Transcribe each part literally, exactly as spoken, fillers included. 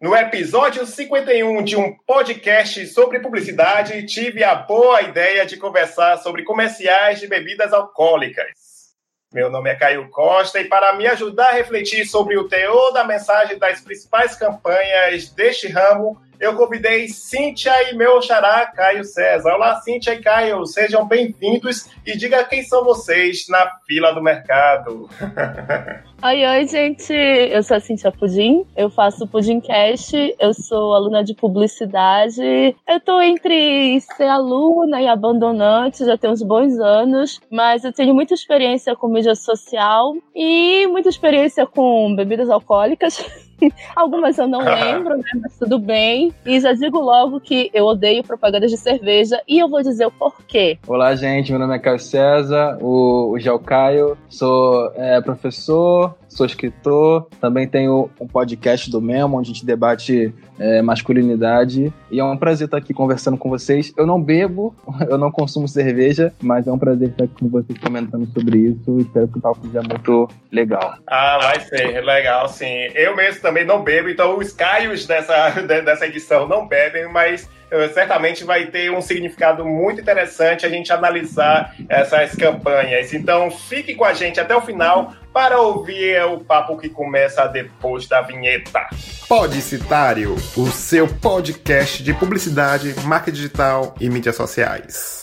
No episódio cinquenta e um de um podcast sobre publicidade, tive a boa ideia de conversar sobre comerciais de bebidas alcoólicas. Meu nome é Caio Costa e para me ajudar a refletir sobre o teor da mensagem das principais campanhas deste ramo, eu convidei Cíntia e meu xará, Caio César. Olá, Cíntia e Caio, sejam bem-vindos e diga quem são vocês na fila do mercado. Oi, oi, gente. Eu sou a Cíntia Pudim, eu faço Pudimcast, eu sou aluna de publicidade. Eu tô entre ser aluna e abandonante, já tem uns bons anos, mas eu tenho muita experiência com mídia social e muita experiência com bebidas alcoólicas. Algumas eu não lembro, né? Mas tudo bem. E já digo logo que eu odeio propagandas de cerveja e eu vou dizer o porquê. Olá, gente. Meu nome é Caio César, o, o Gel Caio. Sou é, professor, sou escritor. Também tenho um podcast do Memo, onde a gente debate é, masculinidade. E é um prazer estar aqui conversando com vocês. Eu não bebo, eu não consumo cerveja, mas é um prazer estar aqui com vocês comentando sobre isso. Espero que o papo seja muito legal. Ah, vai ser legal, sim. Eu mesmo também não bebo, então os Caios dessa, dessa edição não bebem, mas uh, certamente vai ter um significado muito interessante a gente analisar essas campanhas. Então fique com a gente até o final para ouvir o papo que começa depois da vinheta. Podicitário, o seu podcast de publicidade, marketing digital e mídias sociais.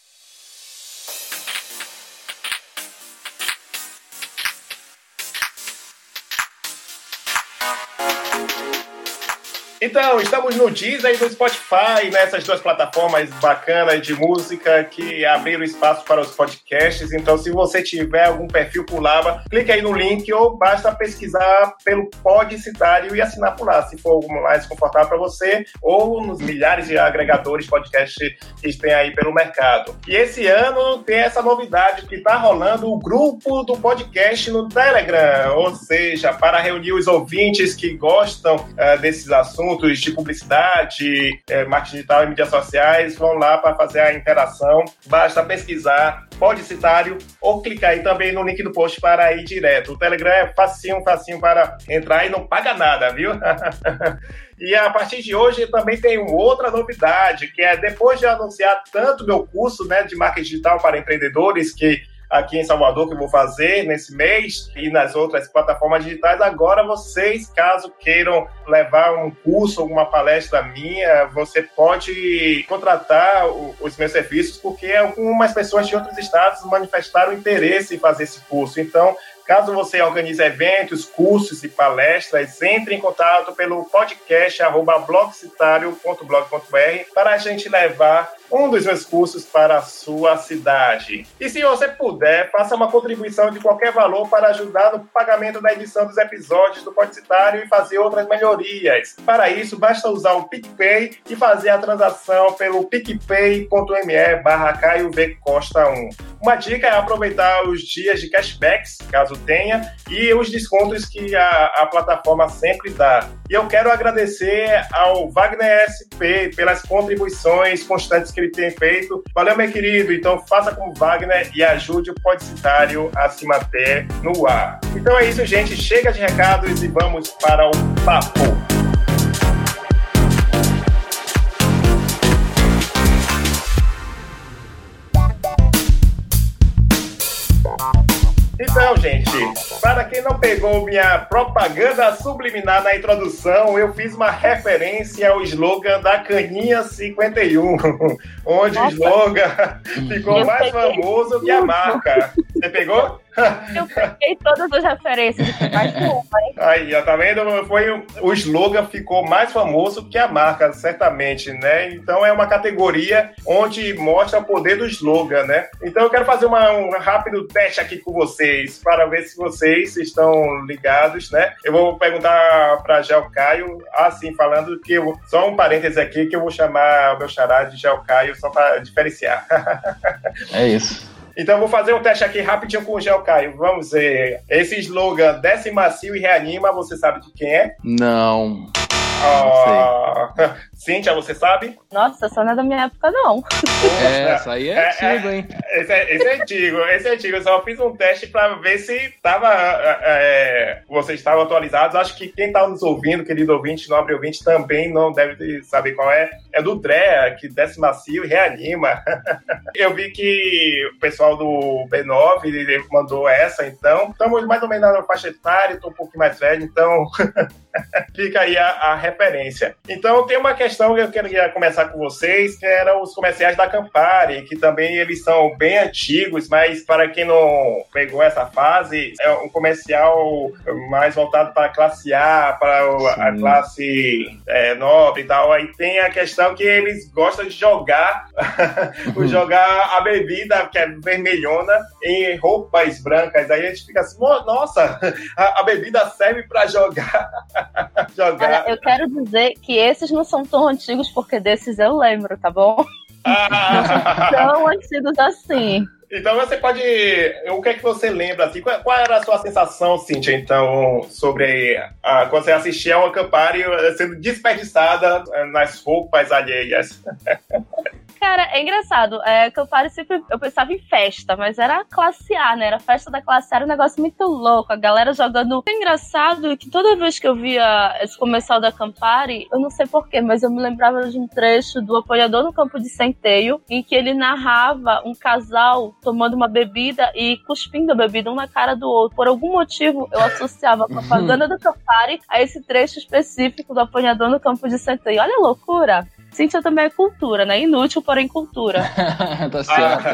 Então, estamos no Deezer e no Spotify, nessas duas plataformas bacanas de música que abriram espaço para os podcasts. Então, se você tiver algum perfil por lá, clique aí no link ou basta pesquisar pelo Podicitário e assinar por lá, se for mais confortável para você, ou nos milhares de agregadores de podcast que tem aí pelo mercado. E esse ano tem essa novidade que está rolando o grupo do podcast no Telegram, ou seja, para reunir os ouvintes que gostam uh, desses assuntos, de publicidade, é, marketing digital e mídias sociais, vão lá para fazer a interação. Basta pesquisar Podicitário ou clicar aí também no link do post para ir direto. O Telegram é facinho, facinho para entrar e não paga nada, viu? E a partir de hoje também tem outra novidade, que é depois de anunciar tanto meu curso, né, de marketing digital para empreendedores, que aqui em Salvador, que eu vou fazer nesse mês, e nas outras plataformas digitais. Agora vocês, caso queiram levar um curso, alguma palestra minha, você pode contratar os meus serviços, porque algumas pessoas de outros estados manifestaram interesse em fazer esse curso. Então, caso você organize eventos, cursos e palestras, entre em contato pelo podcast arroba blogcitario ponto blog ponto br para a gente levar um dos meus cursos para a sua cidade. E se você puder, faça uma contribuição de qualquer valor para ajudar no pagamento da edição dos episódios do Podicitário e fazer outras melhorias. Para isso, basta usar o PicPay e fazer a transação pelo picpay.me barra Caio V Costa um. Uma dica é aproveitar os dias de cashbacks, caso tenha, e os descontos que a, a plataforma sempre dá. E eu quero agradecer ao Wagner S P pelas contribuições constantes que ele tem feito. Valeu, meu querido. Então faça como Wagner e ajude o Podicitário a se manter no ar. Então é isso, gente. Chega de recados e vamos para o papo. Então, gente, para quem não pegou minha propaganda subliminar na introdução, eu fiz uma referência ao slogan da Caninha cinquenta e um, onde Nossa. o slogan ficou eu mais famoso que a marca. Você pegou? Eu peguei todas as referências, mais que uma, hein? Aí, ó, tá vendo? Foi, o slogan ficou mais famoso que a marca, certamente, né? Então é uma categoria onde mostra o poder do slogan, né? Então eu quero fazer uma, um rápido teste aqui com vocês, para ver se vocês estão ligados, né? Eu vou perguntar para Gel Caio, assim, falando que eu, só um parêntese aqui, que eu vou chamar o meu xará de Gel Caio, só para diferenciar. É isso. Então, vou fazer um teste aqui rapidinho com o Gel Caio. Vamos ver. Esse slogan, desce macio e reanima, você sabe de quem é? Não. Oh. Cíntia, você sabe? Nossa, essa não é da minha época, não. É, essa aí é, é antigo, hein? Esse é, esse é antigo, esse é antigo. Eu só fiz um teste pra ver se tava, é, vocês estavam atualizados. Acho que quem tá nos ouvindo, querido ouvinte, nobre ouvinte, também não deve saber qual é. É do Drea, que desce macio e reanima. Eu vi que o pessoal do B nove mandou essa, então. Estamos mais ou menos na faixa etária, tô um pouquinho mais velho, então fica aí a, a referência. Então tem uma questão que eu queria começar com vocês, que eram os comerciais da Campari, que também eles são bem antigos, mas para quem não pegou essa fase, é um comercial mais voltado para a classe A, para a classe é, nobre e tal. Aí tem a questão que eles gostam de jogar, uhum. jogar a bebida, que é vermelhona, em roupas brancas. Aí a gente fica assim, nossa, a, a bebida serve para jogar. jogar. Olha, eu quero dizer que esses não são tão antigos, porque desses eu lembro, tá bom? Ah. Tão antigos assim. Então você pode... O que é que você lembra? Assim, qual, qual era a sua sensação, Cíntia, então, sobre a, quando você assistia a uma Campari sendo desperdiçada nas roupas alheias? Cara, é engraçado. É, Campari sempre... Eu pensava em festa, mas era a classe A, né? Era a festa da classe A, era um negócio muito louco. A galera jogando... É engraçado que toda vez que eu via esse comercial da Campari, eu não sei porquê, mas eu me lembrava de um trecho do Apoiador no Campo de Centeio, em que ele narrava um casal tomando uma bebida e cuspindo a bebida um na cara do outro. Por algum motivo, eu associava a propaganda do Campari a esse trecho específico do Apanhador no Campo de Centeio. Olha a loucura! Cíntia também é cultura, né? Inútil, porém cultura. Tá certo.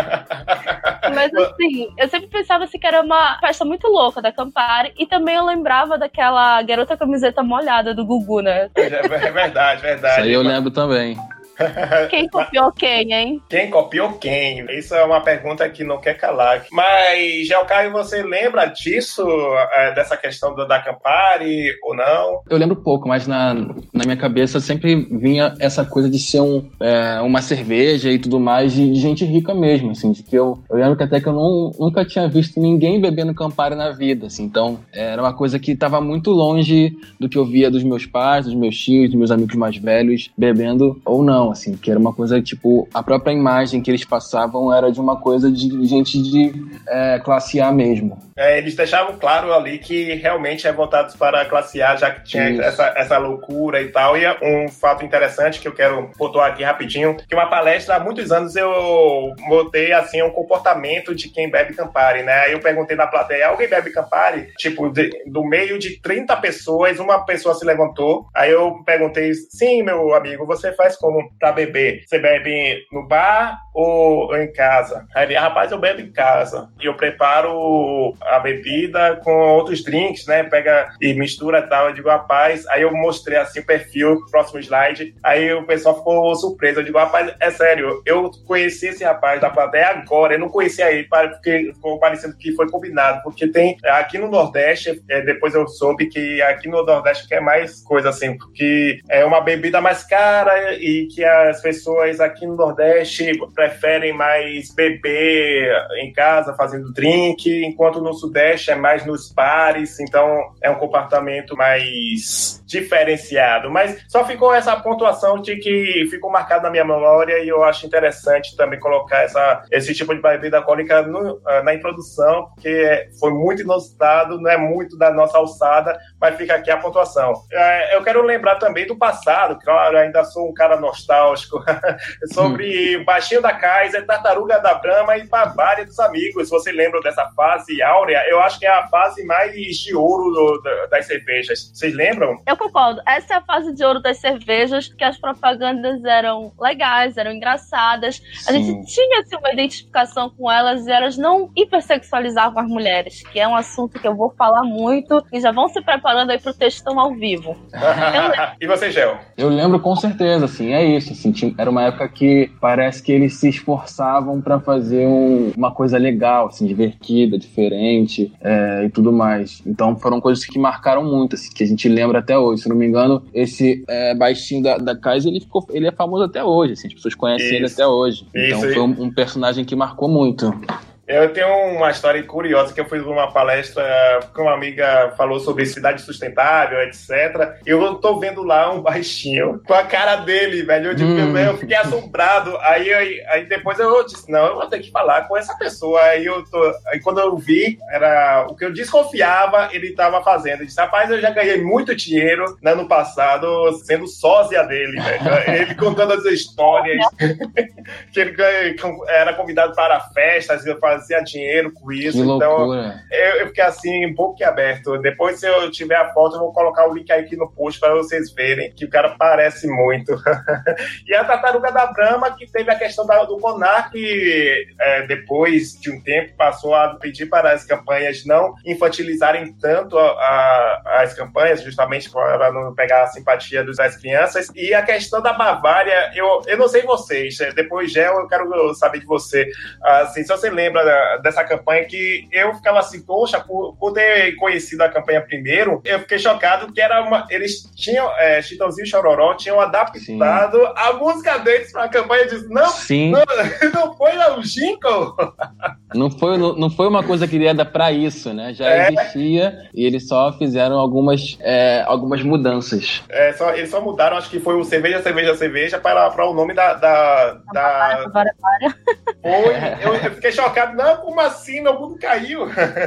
Mas assim, eu sempre pensava assim, que era uma festa muito louca da Campari, e também eu lembrava daquela garota camiseta molhada do Gugu, né? É verdade, verdade. Isso aí eu lembro também. Quem copiou quem, hein? Quem copiou quem? Isso é uma pergunta que não quer calar. Mas, Gelcaio, você lembra disso? É, dessa questão do, da Campari ou não? Eu lembro pouco, mas na, na minha cabeça sempre vinha essa coisa de ser um, é, uma cerveja e tudo mais, de, de gente rica mesmo, assim, de que eu, eu lembro que até que eu não, nunca tinha visto ninguém bebendo Campari na vida, assim, então era uma coisa que estava muito longe do que eu via dos meus pais, dos meus tios, dos meus amigos mais velhos bebendo ou não, assim, que era uma coisa, tipo, a própria imagem que eles passavam era de uma coisa de gente de é, classe A mesmo. É, eles deixavam claro ali que realmente é voltado para a classe A, já que tinha essa, essa loucura e tal. E um fato interessante que eu quero pontuar aqui rapidinho, que uma palestra, há muitos anos eu botei, assim, um comportamento de quem bebe Campari, né? Aí eu perguntei na plateia, alguém bebe Campari? Tipo, de, do meio de trinta pessoas, uma pessoa se levantou. Aí eu perguntei, sim, meu amigo, você faz como pra beber? Você bebe no bar ou em casa? Aí ele, rapaz, eu bebo em casa. E eu preparo a bebida com outros drinks, né? Pega e mistura e tal. Eu digo, rapaz, aí eu mostrei assim o perfil, próximo slide. Aí o pessoal ficou surpreso. Eu digo, rapaz, é sério, eu conheci esse rapaz da plateia agora. Eu não conhecia ele, porque ficou parecendo que foi combinado. Porque tem aqui no Nordeste, depois eu soube que aqui no Nordeste que é mais coisa assim, porque é uma bebida mais cara e que as pessoas aqui no Nordeste preferem mais beber em casa, fazendo drink, enquanto no Sudeste é mais nos bares, então é um comportamento mais diferenciado. Mas só ficou essa pontuação de que ficou marcado na minha memória e eu acho interessante também colocar essa, esse tipo de bebida alcoólica no, na introdução, porque foi muito inusitado, não é muito da nossa alçada, mas fica aqui a pontuação. Eu quero lembrar também do passado, claro, ainda sou um cara nostálgico, sobre hum. Baixinho da Kaiser, Tartaruga da Brahma e Bavária dos Amigos. Você lembra dessa fase áurea? Eu acho que é a fase mais de ouro do, do, das cervejas. Vocês lembram? Eu concordo. Essa é a fase de ouro das cervejas, que as propagandas eram legais, eram engraçadas. Sim. A gente tinha assim, uma identificação com elas e elas não hipersexualizavam as mulheres, que é um assunto que eu vou falar muito e já vão se preparando aí pro textão ao vivo. E você, Gel? Eu lembro com certeza, assim, é isso. Assim, tinha, era uma época que parece que eles se esforçavam pra fazer um, uma coisa legal, assim, divertida, diferente é, e tudo mais. Então foram coisas que marcaram muito, assim, que a gente lembra até hoje. Se não me engano, esse é, baixinho da, da Kaiser, ele, ficou, ele é famoso até hoje, assim, as pessoas conhecem isso. Ele até hoje. Então isso. Foi um, um personagem que marcou muito. Eu tenho uma história curiosa que eu fui numa palestra que uma amiga falou sobre cidade sustentável, etcétera. Eu tô vendo lá um baixinho com a cara dele, velho. Eu, digo, hum. eu fiquei assombrado. Aí, aí, aí depois eu disse, não, eu vou ter que falar com essa pessoa. Aí, eu tô, aí quando eu vi, era o que eu desconfiava, ele tava fazendo. Eu disse, rapaz, eu já ganhei muito dinheiro no ano passado sendo sósia dele, velho. Ele contando as histórias que ele era convidado para festas, eu fazia dinheiro com isso. Que então loucura. eu, eu fiquei assim, um pouco aberto. Depois, se eu tiver a foto, eu vou colocar o link aí aqui no post para vocês verem que o cara parece muito. E a Tartaruga da Brahma, que teve a questão da, do Monark, é, depois de um tempo, passou a pedir para as campanhas não infantilizarem tanto a, a, as campanhas, justamente para não pegar a simpatia das crianças. E a questão da Bavária, eu, eu não sei vocês, depois, Gel, eu quero saber de você, assim, se você lembra dessa campanha, que eu ficava assim, poxa, por, por ter conhecido a campanha primeiro, eu fiquei chocado que era uma, eles tinham, é, Chitãozinho e Chororó tinham adaptado Sim. a música deles para a campanha e disse, não, Sim. não, não foi o Jingle. Não foi, não, não foi uma coisa criada para isso, né? Já é. existia e eles só fizeram algumas, é, algumas mudanças. É, só, eles só mudaram, acho que foi o Cerveja, Cerveja, Cerveja para, para o nome da... da, da... Para, para. Foi, eu, eu fiquei chocado, não, como assim? Meu mundo caiu.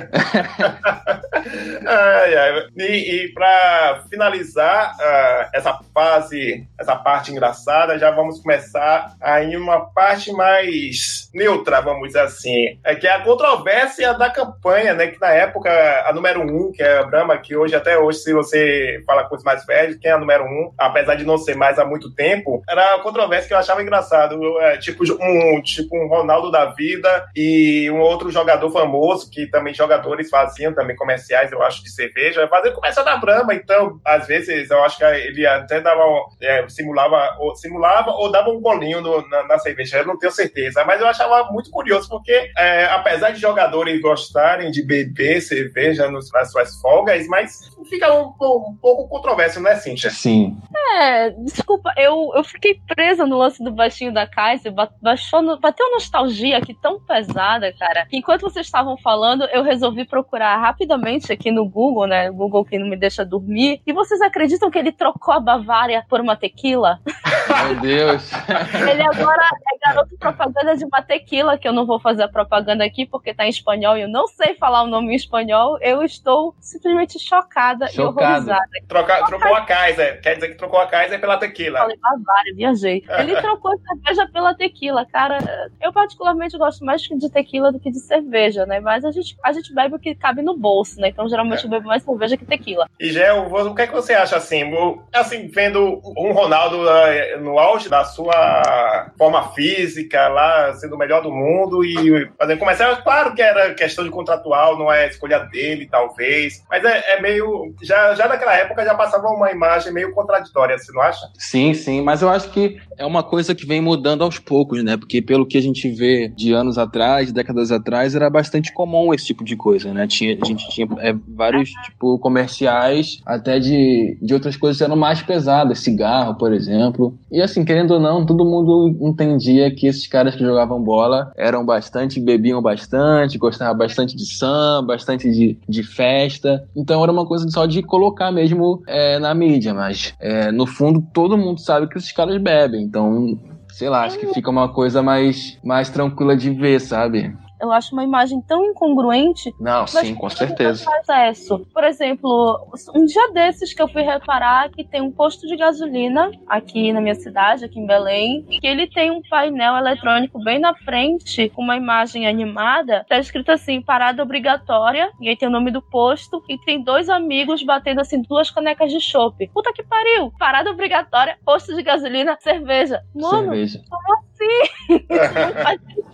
ai, ai. E, e para finalizar uh, essa fase, essa parte engraçada, já vamos começar aí uma parte mais neutra, vamos dizer assim, é que é a controvérsia da campanha, né, que na época a número um, que é a Brahma, que hoje, até hoje, se você fala com os mais velhos, quem é a número um, apesar de não ser mais há muito tempo, era a controvérsia que eu achava engraçado, é, tipo, um, tipo um Ronaldo da vida e um outro jogador famoso, que também jogadores faziam também comerciais, eu acho, de cerveja, fazendo comercial da Brahma. Então, às vezes, eu acho que ele até dava, é, simulava, ou, simulava ou dava um golinho no, na, na cerveja, eu não tenho certeza, mas eu achava muito curioso, porque é, apesar de jogadores gostarem de beber cerveja nos, nas suas folgas, mas fica um, um, um pouco controverso, né, Cíntia? Sim. É, desculpa, eu, eu fiquei presa no lance do baixinho da Kaiser, baixou no, bateu uma nostalgia aqui tão pesada, cara, que enquanto vocês estavam falando, eu resolvi procurar rapidamente aqui no Google, né, o Google que não me deixa dormir, e vocês acreditam que ele trocou a Bavária por uma tequila? Meu Deus! Ele agora é garoto propaganda de uma tequila, que eu não vou fazer a propaganda aqui, porque tá em espanhol e eu não sei falar o nome em espanhol, eu estou simplesmente chocada Chocado. e horrorizada. Troca, trocou a Kaiser, quer dizer que trocou a Kaiser pela tequila. Falei Bavária, viajei. Ele trocou a cerveja pela tequila, cara. Eu particularmente gosto mais de tequila do que de cerveja, né? Mas a gente, a gente bebe o que cabe no bolso, né? Então geralmente eu bebo mais cerveja que tequila. E Gel, o que é que você acha assim? Assim, vendo um Ronaldo uh, no auge da sua forma física, lá sendo o melhor do mundo e fazendo comercial, claro que era questão de contratual, não é escolha dele, talvez, mas é, é meio, já, já naquela época já passava uma imagem meio contraditória, você não acha? Sim, sim, mas eu acho que é uma coisa que vem mudando aos poucos, né? Porque pelo que a gente vê de anos atrás, décadas atrás, era bastante comum esse tipo de coisa, né? Tinha, a gente tinha é, vários, tipo, comerciais, até de, de outras coisas que eram mais pesadas, cigarro, por exemplo. E assim, querendo ou não, todo mundo entendia que esses caras que jogavam bola eram bastante, bebiam bastante, gostavam bastante de samba, bastante de, de festa. Então era uma coisa só de colocar mesmo é, na mídia, mas é, no fundo todo mundo sabe que esses caras bebem. Então, sei lá, acho que fica uma coisa mais, mais tranquila de ver, sabe? Eu acho uma imagem tão incongruente. Não, sim, com certeza. Acesso. Por exemplo, um dia desses que eu fui reparar que tem um posto de gasolina aqui na minha cidade, aqui em Belém, que ele tem um painel eletrônico bem na frente, com uma imagem animada, tá escrito assim, parada obrigatória, e aí tem o nome do posto, e tem dois amigos batendo assim, duas canecas de chopp. Puta que pariu! Parada obrigatória, posto de gasolina, cerveja. Mano, cerveja. Como assim? Não faz sentido.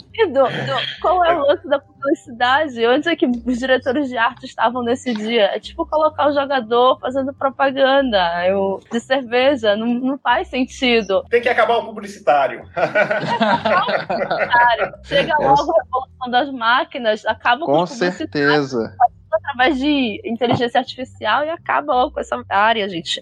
Qual é o lance da publicidade? Onde é que os diretores de arte estavam nesse dia? É tipo colocar o jogador fazendo propaganda eu, de cerveja. Não, não faz sentido. Tem que acabar o publicitário. É, Chega logo a revolução das máquinas, acaba com Com os certeza. através de inteligência artificial e acaba logo com essa área, gente.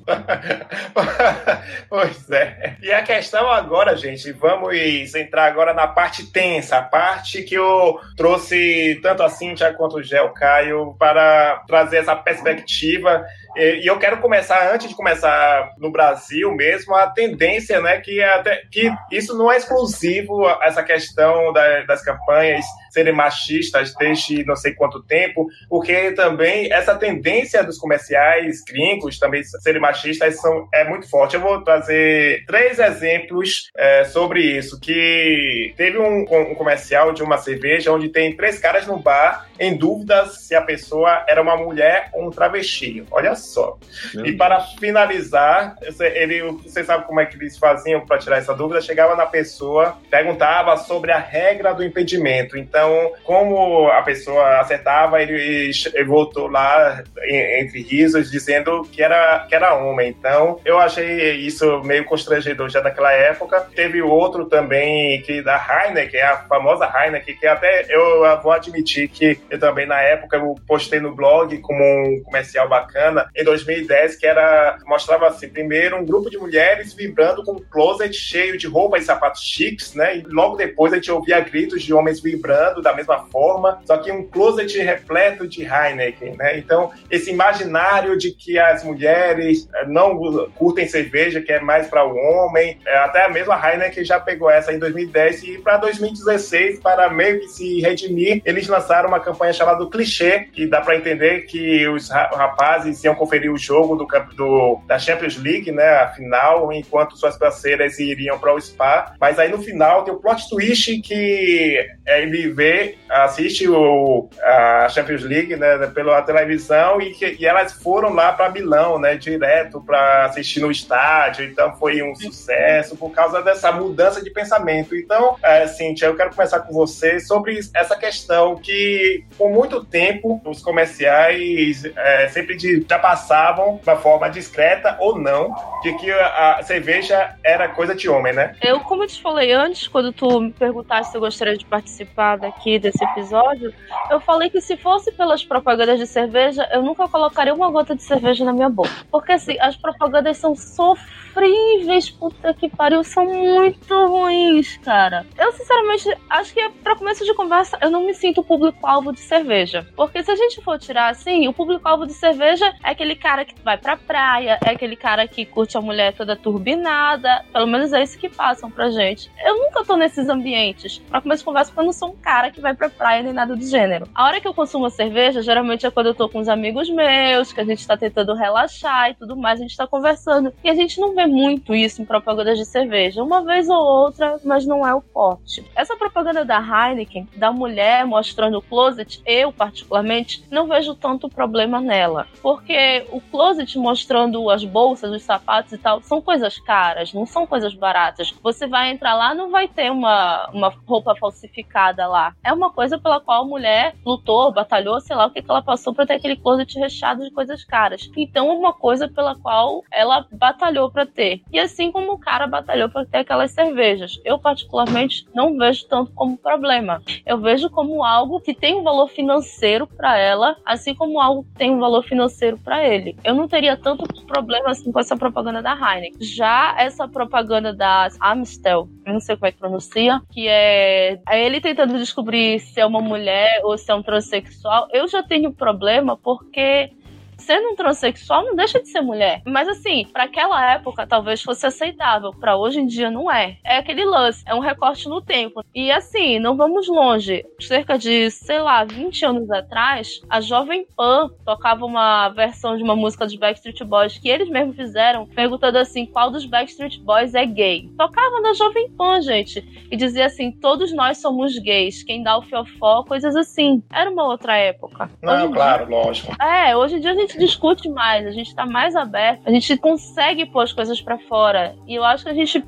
Pois é. E a questão agora, gente, vamos entrar agora na parte tensa, a parte que eu trouxe tanto a Cíntia quanto o Gel Caio para trazer essa perspectiva. E eu quero começar, antes de começar no Brasil mesmo, a tendência, né, que, até, que isso não é exclusivo, essa questão da, das campanhas serem machistas desde não sei quanto tempo, porque também essa tendência dos comerciais gringos também serem machistas são, é muito forte. Eu vou trazer três exemplos é, sobre isso, que teve um, um comercial de uma cerveja onde tem três caras no bar em dúvida se a pessoa era uma mulher ou um travesti. Olha só. Meu e para finalizar, ele, você sabe como é que eles faziam para tirar essa dúvida? Chegava na pessoa, perguntava sobre a regra do impedimento. Então, como a pessoa acertava, ele, ele voltou lá entre risos, dizendo que era, que era homem. Então, eu achei isso meio constrangedor já naquela época. Teve outro também, que da Heineken, a famosa Heineken, que até eu vou admitir que eu também, na época, eu postei no blog como um comercial bacana, em dois mil e dez, que era, mostrava assim, primeiro um grupo de mulheres vibrando com um closet cheio de roupas e sapatos chiques, né? E logo depois a gente ouvia gritos de homens vibrando da mesma forma, só que um closet repleto de Heineken, né? Então, esse imaginário de que as mulheres não curtem cerveja, que é mais para o homem, até a mesma Heineken já pegou essa em dois mil e dez, e para dois mil e dezesseis, para meio que se redimir, eles lançaram uma campanha chamada Clichê, que dá para entender que os rapazes iam conferir o jogo do, do, da Champions League, né, a final, enquanto suas parceiras iriam para o spa, mas aí no final tem o plot twist que ele vê, assiste o, a Champions League, né, pela televisão, e, que, e elas foram lá para Milão, né, direto para assistir no estádio. Então foi um sucesso por causa dessa mudança de pensamento. Então, é, Cíntia, eu quero começar com você sobre essa questão que por muito tempo os comerciais é, sempre de, já passavam de uma forma discreta ou não, de que a, a cerveja era coisa de homem, né? Eu, como eu te falei antes, quando tu me perguntaste se eu gostaria de participar daqui desse episódio, eu falei que se fosse pelas propagandas de cerveja, eu nunca colocaria uma gota de cerveja na minha boca. Porque assim, as propagandas são sofríveis, puta que pariu, são muito ruins, cara. Eu, sinceramente, acho que pra começo de conversa, eu não me sinto público-alvo de cerveja. Porque se a gente for tirar assim, o público-alvo de cerveja é aquele cara que vai pra praia, é aquele cara que curte a mulher toda turbinada, pelo menos é isso que passam pra gente. Eu nunca tô nesses ambientes. Pra começo de conversa, porque eu não sou um cara que vai pra praia nem nada do gênero. A hora que eu consumo a cerveja, geralmente é quando eu tô com os amigos meus, que a gente tá tentando relaxar e tudo mais, a gente tá conversando. E a gente não vê muito isso em propagandas de cerveja. Uma vez ou outra, mas não é o forte. Essa propaganda da Heineken, da mulher mostrando o closet, eu, particularmente, não vejo tanto problema nela. Porque o closet mostrando as bolsas, os sapatos e tal, são coisas caras, não são coisas baratas. Você vai entrar lá, não vai ter uma, uma roupa falsificada lá. É uma coisa pela qual a mulher lutou, batalhou, sei lá o que, que ela passou pra ter aquele closet recheado de coisas caras. Então é uma coisa pela qual ela batalhou pra ter. E assim como o cara batalhou pra ter aquelas cervejas. Eu, particularmente, não vejo tanto como problema. Eu vejo como algo que tem um valor financeiro pra ela, assim como algo que tem um valor financeiro pra ele. Eu não teria tanto problema assim com essa propaganda da Heineken. Já essa propaganda da Amstel, eu não sei como é que pronuncia, que é, é ele tentando descobrir se é uma mulher ou se é um transexual, eu já tenho problema porque sendo um transexual não deixa de ser mulher. Mas assim, pra aquela época talvez fosse aceitável, pra hoje em dia não é. É aquele lance, é um recorte no tempo. E assim, não vamos longe. Cerca de, sei lá, vinte anos atrás, a Jovem Pan tocava uma versão de uma música dos Backstreet Boys que eles mesmos fizeram, perguntando assim, qual dos Backstreet Boys é gay? Tocava na Jovem Pan, gente. E dizia assim, todos nós somos gays, quem dá o fiofó, coisas assim. Era uma outra época. Não, claro, dia... lógico. É, hoje em dia a gente discute mais, a gente tá mais aberto, a gente consegue pôr as coisas pra fora. E eu acho que a gente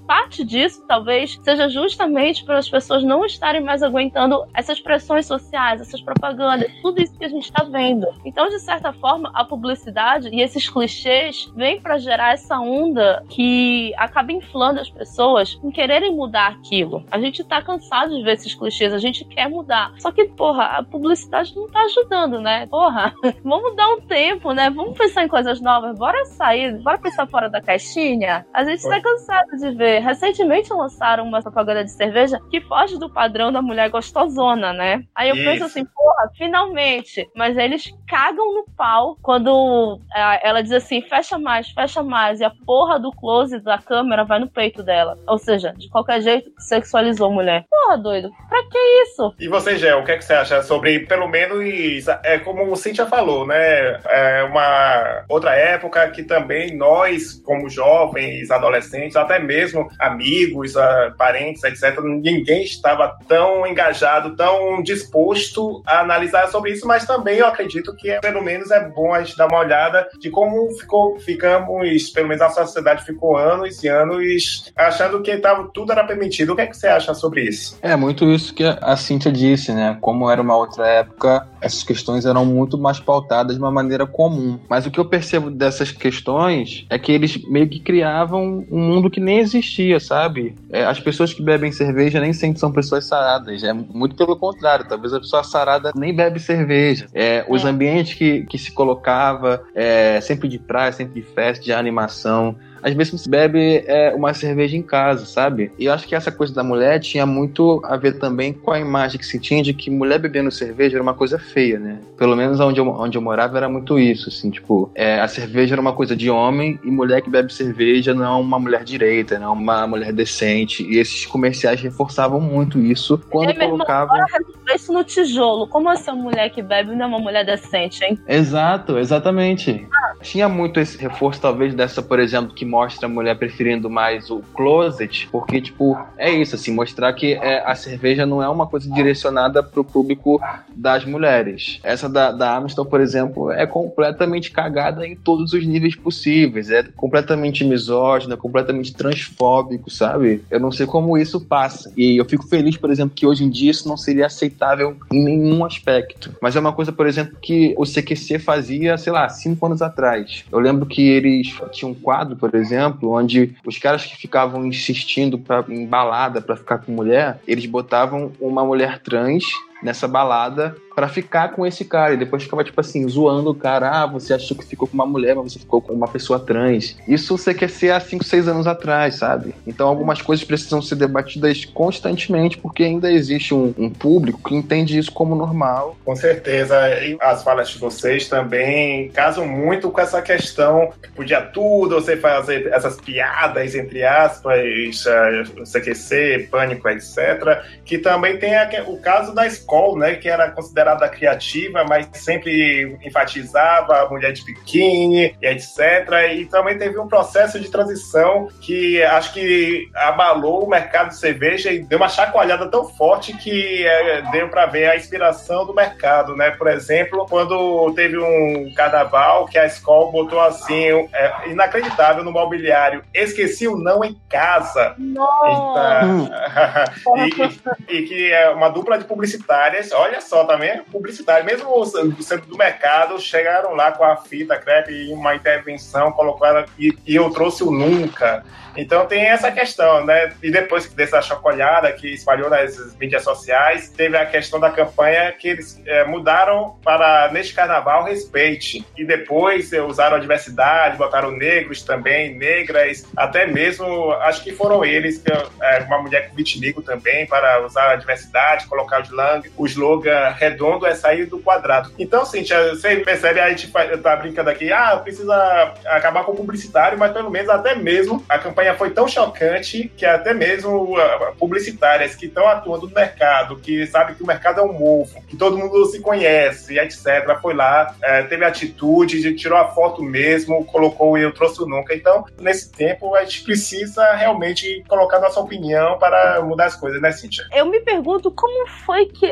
parte disso, talvez, seja justamente pelas pessoas não estarem mais aguentando essas pressões sociais, essas propagandas, tudo isso que a gente está vendo. Então, de certa forma, a publicidade e esses clichês vêm para gerar essa onda que acaba inflando as pessoas em quererem mudar aquilo. A gente tá cansado de ver esses clichês, a gente quer mudar. Só que, porra, a publicidade não tá ajudando, né? Porra, vamos dar um tempo, né? Vamos pensar em coisas novas, bora sair, bora pensar fora da caixinha. A gente tá cansado de ver. Recentemente lançaram uma propaganda de cerveja que foge do padrão da mulher gostosona, né? Aí eu Isso. penso assim, porra, finalmente. Mas eles cagam no pau quando ela diz assim, fecha mais, fecha mais, e a porra do close da câmera vai no peito dela. Ou seja, de qualquer jeito, sexualizou a mulher. Porra, doido, pra que isso? E você, Gé, o que, é que você acha sobre, pelo menos, é como o Cíntia falou, né? É uma outra época que também nós, como jovens, adolescentes, até mesmo amigos, parentes, etcétera, ninguém estava tão engajado, tão disposto a analisar sobre isso, mas também eu acredito que, pelo menos, é bom a gente dar uma olhada de como ficou, ficamos, pelo menos a sociedade ficou anos e anos achando que tava, tudo era permitido. O que é que você acha sobre isso? É muito isso que a Cíntia disse, né? Como era uma outra época, essas questões eram muito mais pautadas de uma maneira comum. Mas o que eu percebo dessas questões é que eles meio que criavam um mundo que nem existia, sabe? É, as pessoas que bebem cerveja nem sempre são pessoas saradas. É muito pelo contrário. Talvez a pessoa sarada nem bebe cerveja. É, os é. ambientes que, que se colocava, é, sempre de praia, sempre de festa, de animação. Às vezes você bebe é, uma cerveja em casa, sabe? E eu acho que essa coisa da mulher tinha muito a ver também com a imagem que se tinha de que mulher bebendo cerveja era uma coisa feia, né? Pelo menos onde eu, onde eu morava era muito isso, assim, tipo, é, a cerveja era uma coisa de homem e mulher que bebe cerveja não é uma mulher direita, não é uma mulher decente. E esses comerciais reforçavam muito isso quando e aí, colocavam... Agora resolver isso no tijolo. Como assim uma mulher que bebe não é uma mulher decente, hein? Exato, exatamente. Ah. Tinha muito esse reforço, talvez, dessa, por exemplo, que mostra a mulher preferindo mais o closet, porque, tipo, é isso, assim, mostrar que é, a cerveja não é uma coisa direcionada pro público das mulheres. Essa da, da Amstel, por exemplo, é completamente cagada em todos os níveis possíveis, é completamente misógina, completamente transfóbico, sabe? Eu não sei como isso passa, e eu fico feliz, por exemplo, que hoje em dia isso não seria aceitável em nenhum aspecto, mas é uma coisa, por exemplo, que o C Q C fazia, sei lá, cinco anos atrás. Eu lembro que eles tinham um quadro, por exemplo, onde os caras que ficavam insistindo pra, em balada pra ficar com mulher, eles botavam uma mulher trans nessa balada pra ficar com esse cara, e depois ficava tipo assim, zoando o cara, ah, você achou que ficou com uma mulher, mas você ficou com uma pessoa trans. Isso você quer ser há cinco, seis anos atrás, sabe? Então algumas coisas precisam ser debatidas constantemente, porque ainda existe um, um público que entende isso como normal. Com certeza, e as falas de vocês também casam muito com essa questão que podia tudo, você fazer essas piadas, entre aspas, C Q C, pânico, etcétera, que também tem o caso da escola, né, que era considerada criativa, mas sempre enfatizava a mulher de biquíni, e etcétera. E também teve um processo de transição que acho que abalou o mercado de cerveja e deu uma chacoalhada tão forte que é, deu para ver a inspiração do mercado, né? Por exemplo, quando teve um carnaval que a escola botou assim, é, inacreditável no mobiliário, esqueci o não em casa. Não. e, e, e que é uma dupla de publicitárias, olha só, também publicidade, mesmo o centro do mercado, chegaram lá com a fita crepe e uma intervenção, colocaram e, e eu trouxe o nunca. Então tem essa questão, né? E depois dessa chacoalhada que espalhou nas mídias sociais, teve a questão da campanha que eles é, mudaram para, neste carnaval, respeite. E depois é, usaram a diversidade, botaram negros também, negras, até mesmo, acho que foram eles, é, uma mulher com vitiligo também, para usar a diversidade, colocar o slang, o slogan redondo é sair do quadrado. Então, Cíntia, você percebe, a gente tá brincando aqui, ah, precisa acabar com o publicitário, mas pelo menos até mesmo a campanha foi tão chocante que até mesmo uh, publicitárias que estão atuando no mercado, que sabem que o mercado é um mofo, que todo mundo se conhece, etcétera, foi lá, uh, teve atitude, tirou a foto mesmo, colocou o eu trouxe o nunca. Então, nesse tempo, a gente precisa realmente colocar nossa opinião para mudar as coisas, né, Cíntia? Eu me pergunto como foi que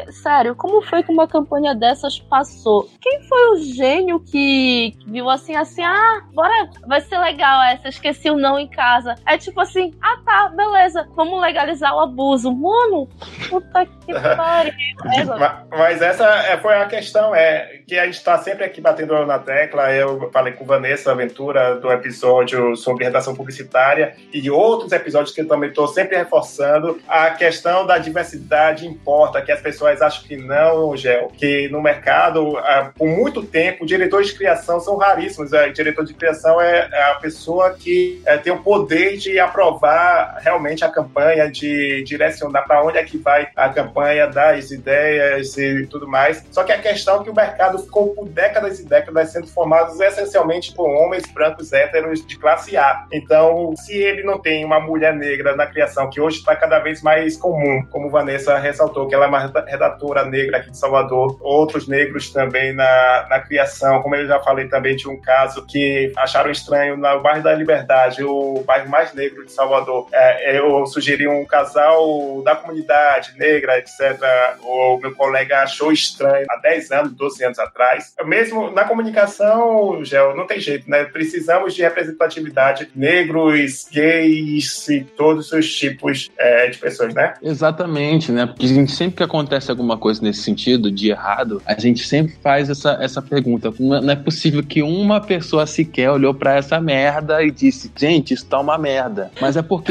sério, como foi que uma campanha dessas passou? Quem foi o gênio que viu assim, assim, ah, bora, vai ser legal essa, esqueci o não em casa. É tipo assim, ah tá, beleza, vamos legalizar o abuso. Mano, puta que pariu. mas, mas essa foi a questão, é que a gente tá sempre aqui batendo na tecla. Eu falei com Vanessa Ventura do episódio sobre redação publicitária e outros episódios que eu também tô sempre reforçando. A questão da diversidade importa, que as pessoas acham que não, Gel, que no mercado, por muito tempo, diretores de criação são raríssimos. O diretor de criação é a pessoa que tem o poder de aprovar realmente a campanha, de direcionar para onde é que vai a campanha, dar as ideias e tudo mais. Só que a questão é que o mercado ficou por décadas e décadas sendo formado essencialmente por homens brancos héteros de classe A. Então, se ele não tem uma mulher negra na criação, que hoje está cada vez mais comum, como Vanessa ressaltou, que ela é uma redatora negra aqui de Salvador, outros negros também na, na criação, como eu já falei também de um caso que acharam estranho no bairro da Liberdade, o bairro mais negro de Salvador. É, eu sugeri um casal da comunidade negra, etcétera. O meu colega achou estranho há dez anos, doze anos atrás. Mesmo na comunicação, Gel, não tem jeito, né? Precisamos de representatividade, negros, gays e todos os tipos é, de pessoas, né? Exatamente, né? Porque a gente, sempre que acontece alguma coisa nesse sentido, de errado, a gente sempre faz essa, essa pergunta. Não é possível que uma pessoa sequer olhou pra essa merda e disse, gente, isso tá uma merda. Mas é porque...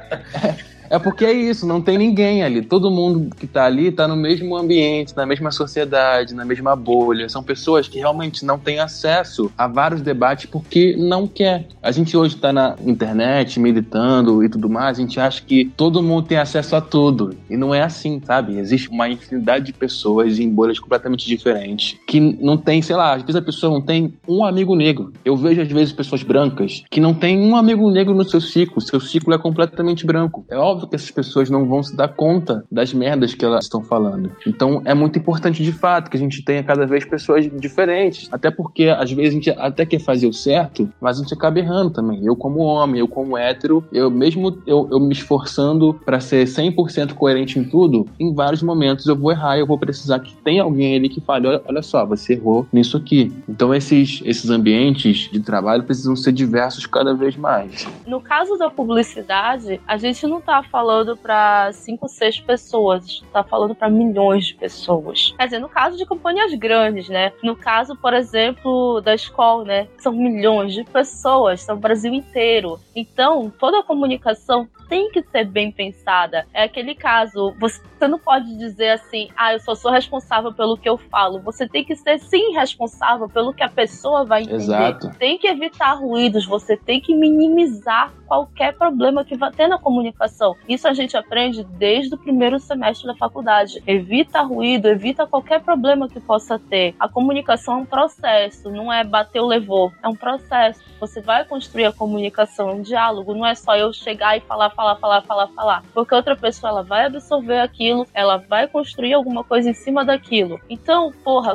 É porque é isso, não tem ninguém ali. Todo mundo que tá ali tá no mesmo ambiente, na mesma sociedade, na mesma bolha. São pessoas que realmente não têm acesso a vários debates porque não quer. A gente hoje tá na internet, militando e tudo mais, a gente acha que todo mundo tem acesso a tudo. E não é assim, sabe? Existe uma infinidade de pessoas em bolhas completamente diferentes que não tem, sei lá, às vezes a pessoa não tem um amigo negro. Eu vejo às vezes pessoas brancas que não tem um amigo negro no seu ciclo. Seu ciclo é completamente branco. É óbvio que essas pessoas não vão se dar conta das merdas que elas estão falando. Então é muito importante de fato que a gente tenha cada vez pessoas diferentes, até porque às vezes a gente até quer fazer o certo, mas a gente acaba errando também. Eu como homem, eu como hétero, eu mesmo eu, eu me esforçando para ser cem por cento coerente em tudo, em vários momentos eu vou errar e eu vou precisar que tenha alguém ali que fale, olha, olha só, você errou nisso aqui. Então esses, esses ambientes de trabalho precisam ser diversos cada vez mais. No caso da publicidade, a gente não tá falando para cinco, seis pessoas, tá falando para milhões de pessoas. Quer dizer, no caso de campanhas grandes, né? No caso, por exemplo, da escola, né? São milhões de pessoas, são o Brasil inteiro. Então, toda a comunicação tem que ser bem pensada. É aquele caso, você não pode dizer assim, ah, eu só sou responsável pelo que eu falo. Você tem que ser, sim, responsável pelo que a pessoa vai entender. Exato. Tem que evitar ruídos, você tem que minimizar qualquer problema que vai ter na comunicação. Isso a gente aprende desde o primeiro semestre da faculdade. Evita ruído, evita qualquer problema que possa ter. A comunicação é um processo, não é bateu, levou. É um processo. Você vai construir a comunicação, é um diálogo. Não é só eu chegar e falar, falar, falar, falar, falar. Porque outra pessoa, ela vai absorver aquilo, ela vai construir alguma coisa em cima daquilo. Então, porra...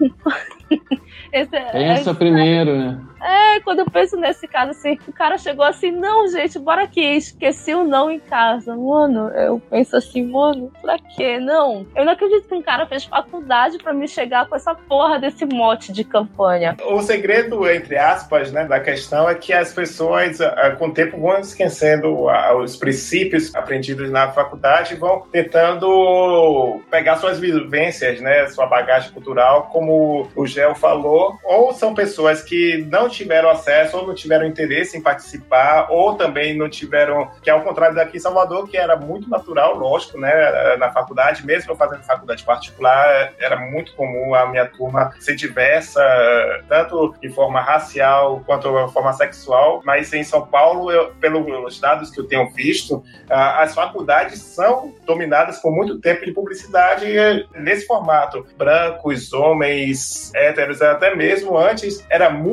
Esse é, Pensa é, primeiro, né? É, quando eu penso nesse caso, assim, o cara chegou assim, não, gente, bora aqui, esqueci o não em casa. Mano, eu penso assim, mano, pra quê? Não. Eu não acredito que um cara fez faculdade pra me chegar com essa porra desse mote de campanha. O segredo, entre aspas, né, da questão é que as pessoas, com o tempo, vão esquecendo os princípios aprendidos na faculdade e vão tentando pegar suas vivências, né, sua bagagem cultural, como o Gel falou, ou são pessoas que não tiveram acesso ou não tiveram interesse em participar, ou também não tiveram, que é ao contrário daqui em Salvador, que era muito natural, lógico, né, na faculdade, mesmo eu fazendo faculdade particular, era muito comum a minha turma ser diversa, tanto de forma racial quanto de forma sexual, mas em São Paulo, eu, pelos dados que eu tenho visto, as faculdades são dominadas por muito tempo de publicidade nesse formato, brancos, homens, héteros, até mesmo antes era muito estranho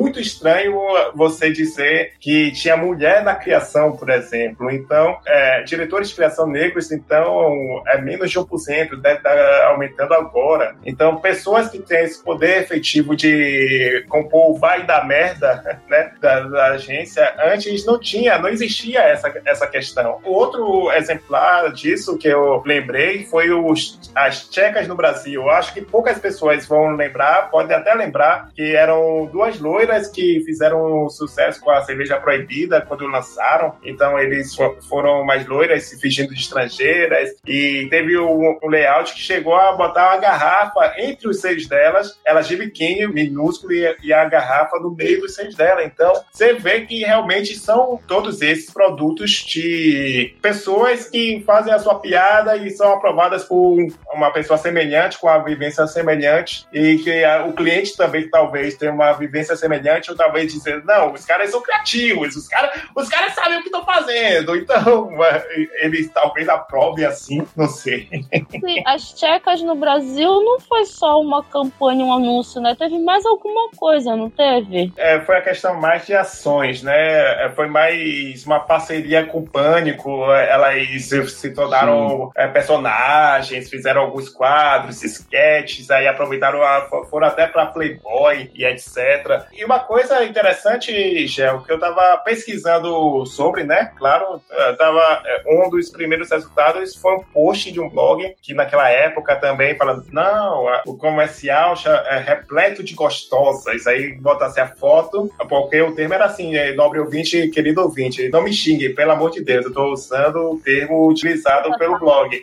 estranho você dizer que tinha mulher na criação, por exemplo. Então, é, diretores de criação negros, então, é menos de um por cento, deve estar aumentando agora. Então, pessoas que têm esse poder efetivo de compor o vai da merda, né, da, da agência, antes não tinha, não existia essa, essa questão. O outro exemplar disso que eu lembrei foi os, as tchecas no Brasil. Eu acho que poucas pessoas vão lembrar, podem até lembrar, que eram duas loiras que fizeram sucesso com a Cerveja Proibida quando lançaram. Então, eles foram mais loiras, se fingindo de estrangeiras, e teve um, um layout que chegou a botar uma garrafa entre os seios delas, elas de biquíni, minúsculo, e, e a garrafa no meio dos seios dela. Então, você vê que realmente são todos esses produtos de pessoas que fazem a sua piada e são aprovadas por uma pessoa semelhante, com a vivência semelhante, e que a, o cliente também talvez tenha uma vivência semelhante, ou talvez dizer, não, os caras são criativos, os caras os caras sabem o que estão fazendo, então eles talvez aprovem assim, não sei. Sim, as tchecas no Brasil não foi só uma campanha, um anúncio, né? Teve mais alguma coisa, não teve? É, foi a questão mais de ações, né? Foi mais uma parceria com o Pânico, elas se tornaram é, personagens, fizeram alguns quadros, sketches, aí aproveitaram, a, foram até pra Playboy e etcétera. E uma coisa interessante, Gel, que eu tava pesquisando sobre, né? Claro, eu tava, um dos primeiros resultados foi um post de um blog que naquela época também falando, não, o comercial é repleto de gostosas, aí botasse a foto, porque o termo era assim, nobre ouvinte, querido ouvinte, não me xingue, pelo amor de Deus, eu tô usando o termo utilizado pelo blog.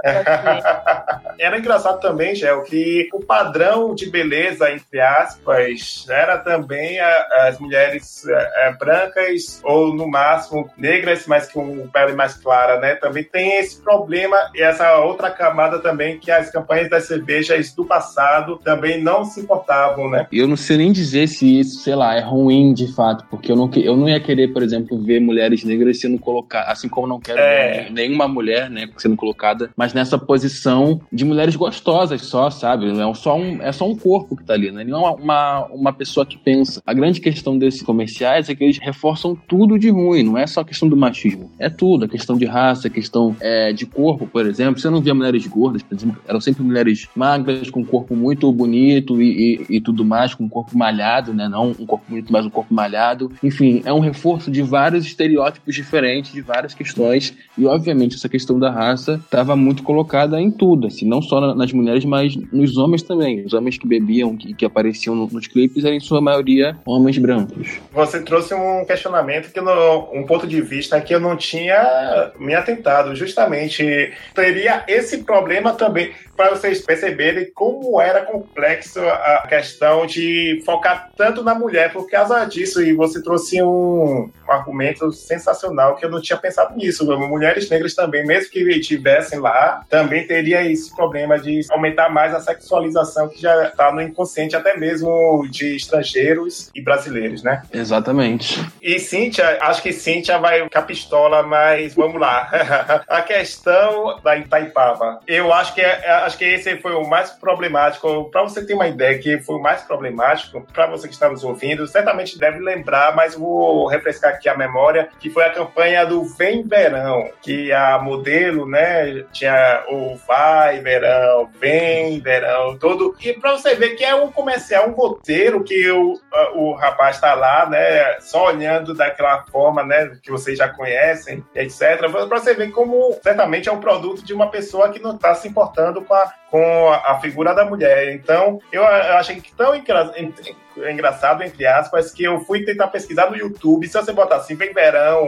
Era engraçado também, Gel, que o padrão de beleza, entre aspas, era também a, as mulheres é, brancas ou, no máximo, negras, mas com pele mais clara, né? Também tem esse problema e essa outra camada também que as campanhas das cervejas do passado também não se importavam, né? Eu não sei nem dizer se isso, sei lá, é ruim de fato, porque eu não, eu não ia querer, por exemplo, ver mulheres negras sendo colocadas, assim como não quero é. ver nenhuma mulher, né, sendo colocada, mas nessa posição de mulheres gostosas só, sabe? É só um, é só um corpo que tá ali, né? Não é uma, uma pessoa que pensa. A grande questão desses comerciais é que eles reforçam tudo de ruim, não é só a questão do machismo, é tudo, a questão de raça, a questão é, de corpo, por exemplo. Você não via mulheres gordas, por exemplo, eram sempre mulheres magras, com um corpo muito bonito e, e, e tudo mais, com um corpo malhado, né? Não um corpo bonito, mas um corpo malhado. Enfim, é um reforço de vários estereótipos diferentes, de várias questões, e obviamente essa questão da raça estava muito colocada em tudo, assim, não só nas mulheres, mas nos homens também. Os homens que bebiam, que, que apareciam nos clipes, eram em sua maioria homens brancos. Você trouxe um questionamento, que no, um ponto de vista que eu não tinha me atentado. Justamente, teria esse problema também, para vocês perceberem como era complexo a questão de focar tanto na mulher, por causa disso. E você trouxe um, um argumento sensacional, que eu não tinha pensado nisso. Mulheres negras também, mesmo que estivessem lá, também teria esse problema de aumentar mais a sexualização que já está no inconsciente, até mesmo de estrangeiros e brasileiros, né? Exatamente. E Cíntia, acho que Cíntia vai ficar pistola, mas vamos lá. A questão da Itaipava, eu acho que, é, acho que esse foi o mais problemático. Para você ter uma ideia, que foi o mais problemático, para você que está nos ouvindo, certamente deve lembrar, mas vou refrescar aqui a memória, que foi a campanha do Vem Verão, que a modelo, né, tinha o Vai Verão, Vem Verão, todo. E para você ver que é um comercial, um roteiro que o, o rapaz está lá, né, só olhando daquela forma, né, que vocês já conhecem, etcétera. Para você ver como certamente é um produto de uma pessoa que não está se importando com a, com a figura da mulher. Então, eu, eu achei que tão engra, engraçado, entre aspas, que eu fui tentar pesquisar no YouTube. Se você botar assim, Vem Verão,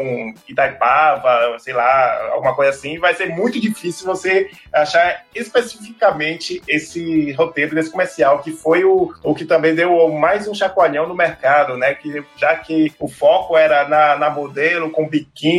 Itaipava, sei lá, alguma coisa assim, vai ser muito difícil você achar especificamente esse roteiro desse comercial, que foi o, o que também deu mais um chacoalhão no mercado, né? Que, já que o foco era na, na modelo com biquíni,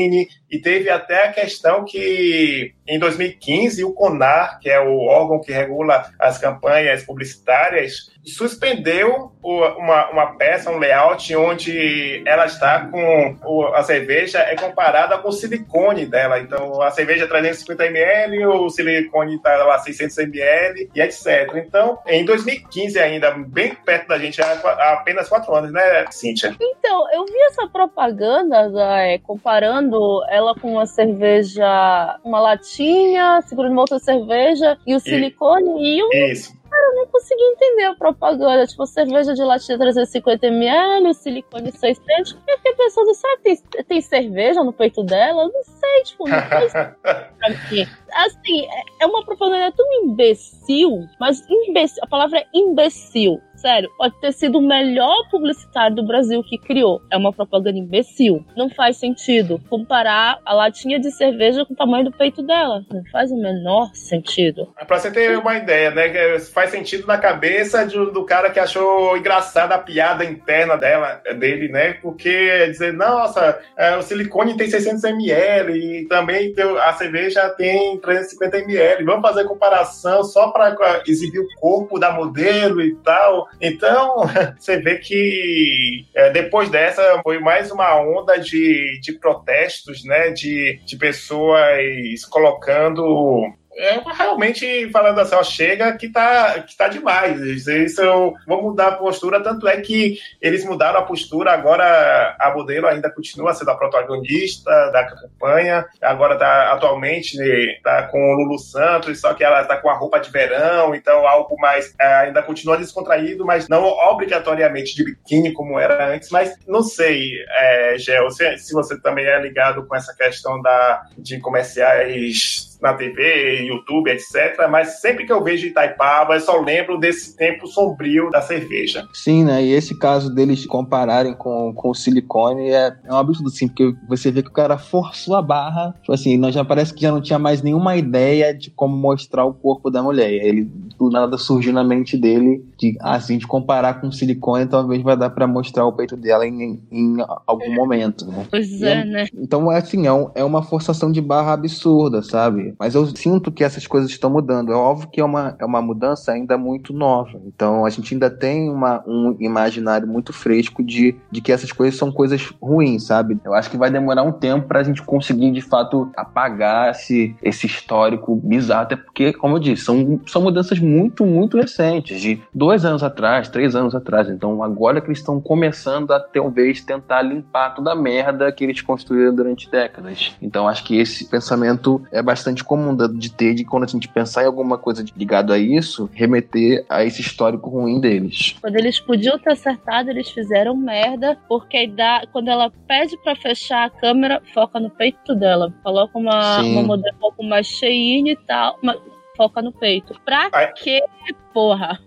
e teve até a questão que em dois mil e quinze o CONAR, que é o órgão que regula as campanhas publicitárias, suspendeu uma, uma peça, um layout, onde ela está com o, a cerveja é comparada com o silicone dela. Então, a cerveja é trezentos e cinquenta mililitros, o silicone está lá seiscentos mililitros e etcétera. Então, em dois mil e quinze ainda, bem perto da gente, há apenas quatro anos, né, Cíntia? Então, eu vi essa propaganda, é, comparando ela com uma cerveja, uma latinha, segurando uma outra cerveja e o silicone e, e o... Isso. Cara, eu não consegui entender a propaganda. Tipo, cerveja de latinha trezentos e cinquenta mililitros, silicone seiscentos. Eu fiquei pensando, será que tem, tem cerveja no peito dela? Eu não sei, tipo, não faz aqui. Assim, é uma propaganda tão imbecil, mas imbecil, a palavra é imbecil. Sério, pode ter sido o melhor publicitário do Brasil que criou. É uma propaganda imbecil. Não faz sentido comparar a latinha de cerveja com o tamanho do peito dela. Não faz o menor sentido. Pra você ter uma ideia, né? Faz sentido na cabeça do, do cara que achou engraçada a piada interna dela, dele, né? Porque dizer, nossa, é, o silicone tem seiscentos mililitros e também a cerveja tem trezentos e cinquenta mililitros. Vamos fazer comparação só para exibir o corpo da modelo e tal. Então, você vê que é, depois dessa foi mais uma onda de, de protestos, né? De, de pessoas colocando... É, realmente, falando assim, ó, chega que tá, que tá demais. Isso eu vou mudar a postura, tanto é que eles mudaram a postura, agora a modelo ainda continua sendo a protagonista da campanha, agora tá, atualmente tá com o Lulu Santos, só que ela tá com a roupa de verão, então algo mais, ainda continua descontraído, mas não obrigatoriamente de biquíni como era antes, mas não sei, é, Gel, se, se você também é ligado com essa questão da, de comerciais na T V, YouTube, etcétera. Mas sempre que eu vejo Itaipava, eu só lembro desse tempo sombrio da cerveja. Sim, né? E esse caso deles compararem com, com o silicone é, é um absurdo, sim, porque você vê que o cara forçou a barra. Tipo assim, nós já parece que já não tinha mais nenhuma ideia de como mostrar o corpo da mulher. Ele, do nada, surgiu na mente dele de, assim, de comparar com o silicone, talvez vai dar pra mostrar o peito dela em, em algum momento, né? Pois é, é, né? Então, assim, é, um, é uma forçação de barra absurda, sabe? Mas eu sinto que essas coisas estão mudando. É óbvio que é uma, é uma mudança ainda muito nova. Então a gente ainda tem uma, um imaginário muito fresco de, de que essas coisas são coisas ruins, sabe? Eu acho que vai demorar um tempo pra gente conseguir, de fato, apagar esse, esse histórico bizarro. Até porque, como eu disse, são, são mudanças muito, muito recentes. De dois anos atrás, três anos atrás. Então agora que eles estão começando a, talvez, tentar limpar toda a merda que eles construíram durante décadas. Então acho que esse pensamento é bastante comum de ter, de quando a gente pensar em alguma coisa ligada a isso, remeter a esse histórico ruim deles. Quando eles podiam ter acertado, eles fizeram merda, porque dá, quando ela pede pra fechar a câmera, foca no peito dela. Coloca uma, uma modelo um pouco mais cheinha e tal, mas foca no peito. Pra Ai. quê? Porra.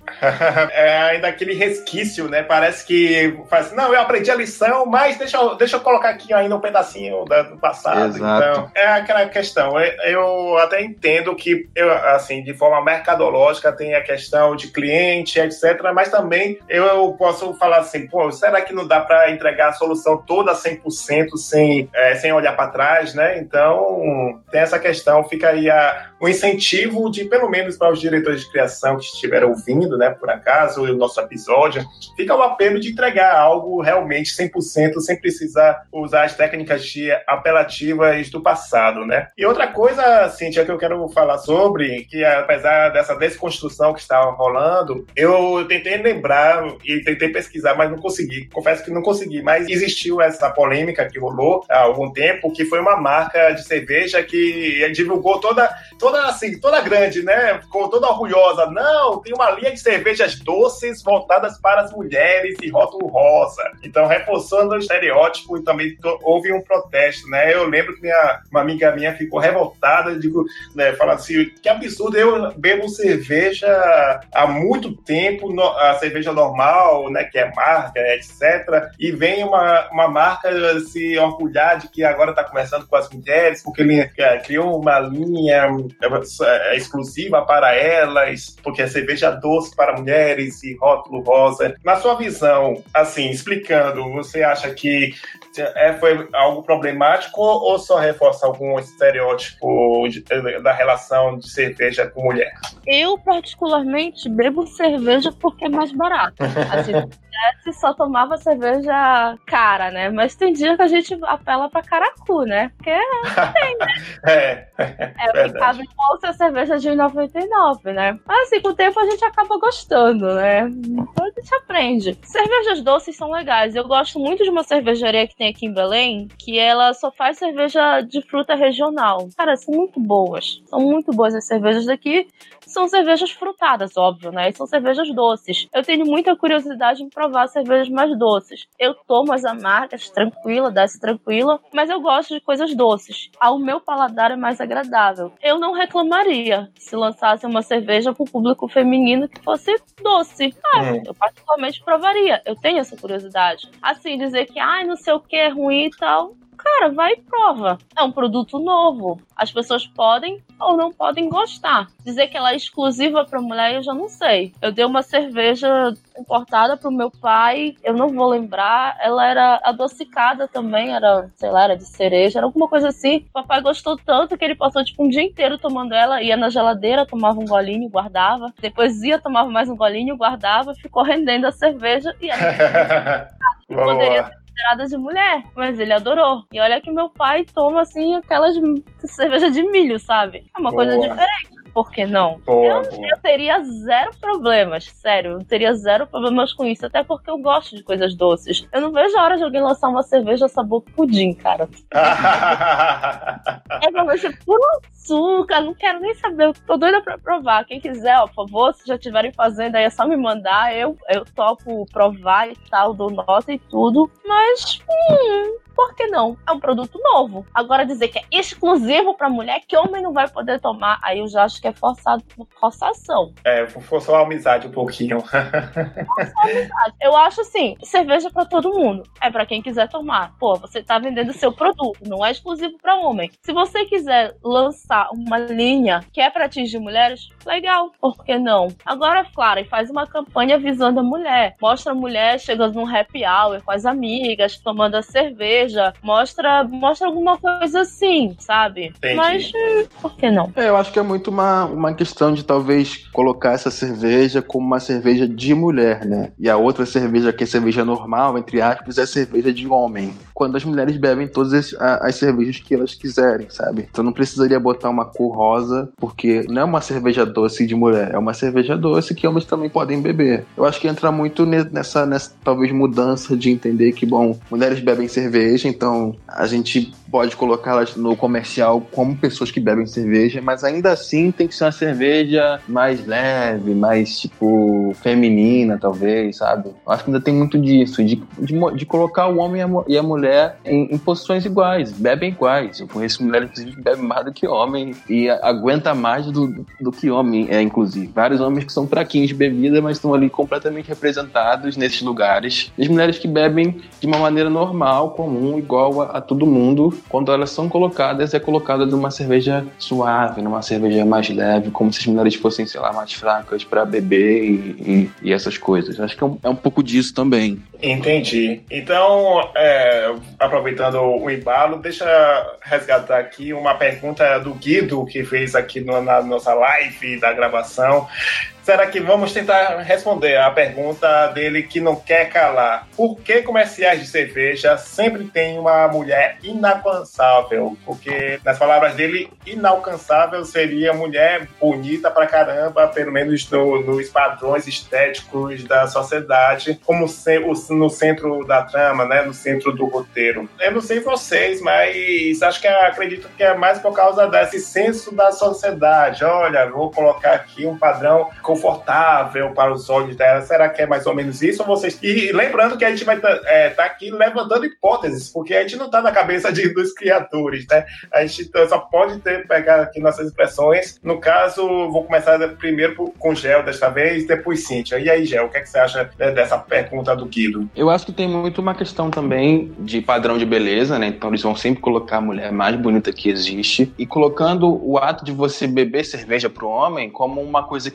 É ainda aquele resquício, né? Parece que faz assim, não, eu aprendi a lição, mas deixa eu, deixa eu colocar aqui ainda um pedacinho do passado. Exato. Então, é aquela questão. Eu, eu até entendo que, eu, assim, de forma mercadológica, tem a questão de cliente, etcétera. Mas também eu posso falar assim, pô, será que não dá pra entregar a solução toda cem por cento sem, é, sem olhar pra trás, né? Então, tem essa questão. Fica aí a, um incentivo de, pelo menos para os diretores de criação que estiveram ouvindo, né, por acaso, o nosso episódio, fica o apelo de entregar algo realmente cem por cento, sem precisar usar as técnicas de apelativas do passado, né? E outra coisa, Cíntia, que eu quero falar sobre, que apesar dessa desconstrução que estava rolando, eu tentei lembrar e tentei pesquisar, mas não consegui. Confesso que não consegui, mas existiu essa polêmica que rolou há algum tempo, que foi uma marca de cerveja que divulgou toda, toda assim, toda grande, né? Ficou toda orgulhosa. Não, tem uma linha de cervejas doces voltadas para as mulheres e rótulo rosa. Então, reforçando o estereótipo, e também to- houve um protesto, né? Eu lembro que minha, uma amiga minha ficou revoltada, digo, né, falando assim, que absurdo, eu bebo cerveja há muito tempo, no, a cerveja normal, né, que é marca, etcétera. E vem uma, uma marca se orgulhar de que agora está começando com as mulheres, porque ele é, criou uma linha é, exclusiva para elas, porque a cerveja cerveja doce para mulheres e rótulo rosa. Na sua visão, assim, explicando, você acha que é, foi algo problemático ou só reforça algum estereótipo de, da relação de cerveja com mulher? Eu, particularmente, bebo cerveja porque é mais barato. Assim, se só tomava cerveja cara, né? Mas tem dia que a gente apela pra caracu, né? Porque tem, né? é, é o que cabe em bolsa a cerveja de um real e noventa e nove centavos, né? Mas assim, com o tempo a gente acaba gostando, né? Então a gente aprende. Cervejas doces são legais. Eu gosto muito de uma cervejaria que tem aqui em Belém, que ela só faz cerveja de fruta regional. Cara, são muito boas. São muito boas as cervejas daqui. São cervejas frutadas, óbvio, né? E são cervejas doces. Eu tenho muita curiosidade em provar cervejas mais doces. Eu tomo as amargas, tranquila, desce tranquila, mas eu gosto de coisas doces. Ao meu paladar é mais agradável. Eu não reclamaria se lançasse uma cerveja para o público feminino que fosse doce. Ah, hum. Eu particularmente provaria. Eu tenho essa curiosidade. Assim, dizer que, ai, não sei o que é ruim e tal... Cara, vai e prova. É um produto novo. As pessoas podem ou não podem gostar. Dizer que ela é exclusiva para mulher, eu já não sei. Eu dei uma cerveja importada pro meu pai, eu não vou lembrar. Ela era adocicada também, era, sei lá, era de cereja, era alguma coisa assim. O papai gostou tanto que ele passou tipo um dia inteiro tomando ela, ia na geladeira, tomava um golinho, guardava. Depois ia, tomava mais um golinho, guardava, ficou rendendo a cerveja e era. Poderia ser considerada de mulher, mas ele adorou. E olha que meu pai toma, assim, aquelas cerveja de milho, sabe? É uma boa. Coisa diferente. Por que não? Boa, eu, boa. eu teria zero problemas, sério. Eu teria zero problemas com isso, até porque eu gosto de coisas doces. Eu não vejo a hora de alguém lançar uma cerveja sabor pudim, cara. É pra você puro açúcar, não quero nem saber. Eu tô doida pra provar. Quem quiser, ó, por favor, se já estiverem fazendo aí, é só me mandar. Eu, eu topo provar e tal, dou nota e tudo. Mas, hum... por que não? É um produto novo. Agora dizer que é exclusivo pra mulher, que homem não vai poder tomar, aí eu já acho que é forçado por forçação. É, forçou a amizade um pouquinho. Forçou a amizade. Eu acho assim, cerveja pra todo mundo. É pra quem quiser tomar. Pô, você tá vendendo seu produto, não é exclusivo pra homem. Se você quiser lançar uma linha que é pra atingir mulheres, legal. Por que não? Agora, claro, faz uma campanha visando a mulher. Mostra a mulher chegando num happy hour com as amigas, tomando a cerveja. Mostra, mostra alguma coisa assim, sabe? Entendi. Mas, hum, por que não? É, eu acho que é muito uma, uma questão de talvez colocar essa cerveja como uma cerveja de mulher, né? E a outra cerveja, que é cerveja normal, entre aspas, é cerveja de homem. Quando as mulheres bebem todas as, as cervejas que elas quiserem, sabe? Então não precisaria botar uma cor rosa, porque não é uma cerveja doce de mulher, é uma cerveja doce que homens também podem beber. Eu acho que entra muito nessa, nessa talvez mudança de entender que, bom, mulheres bebem cerveja, então a gente pode colocá-las no comercial como pessoas que bebem cerveja, mas ainda assim tem que ser uma cerveja mais leve, mais, tipo, feminina, talvez, sabe? Eu acho que ainda tem muito disso, de, de, de colocar o homem e a mulher em, em posições iguais, bebem iguais. Eu conheço mulheres, inclusive, que bebem mais do que homem e aguenta mais do, do que homem, é, inclusive. Vários homens que são fraquinhos de bebida, mas estão ali completamente representados nesses lugares. E as mulheres que bebem de uma maneira normal, comum, igual a, a todo mundo, quando elas são colocadas, é colocada numa cerveja suave, numa cerveja mais leve, como se as mulheres fossem, sei lá, mais fracas para beber e, e, e essas coisas. Acho que é um, é um pouco disso também. Entendi. Então, é, aproveitando o embalo, deixa eu resgatar aqui uma pergunta do Guido, que fez aqui no, na nossa live da gravação. Será que vamos tentar responder a pergunta dele que não quer calar? Por que comerciais de cerveja sempre tem uma mulher inalcançável? Porque, nas palavras dele, inalcançável seria mulher bonita pra caramba, pelo menos no, nos padrões estéticos da sociedade, como se, o, no centro da trama, né? No centro do roteiro. Eu não sei vocês, mas acho que acredito que é mais por causa desse senso da sociedade. Olha, vou colocar aqui um padrão confortável para os olhos dela. Será que é mais ou menos isso? Ou vocês... E lembrando que a gente vai estar tá, é, tá aqui levantando hipóteses, porque a gente não está na cabeça de, dos criadores, né? A gente só pode ter, pegar aqui nossas impressões. No caso, vou começar primeiro com Gel desta vez, depois Cíntia. E aí, Gel, o que, é que você acha dessa pergunta do Guido? Eu acho que tem muito uma questão também de padrão de beleza, né? Então eles vão sempre colocar a mulher mais bonita que existe e colocando o ato de você beber cerveja pro homem como uma coisa que te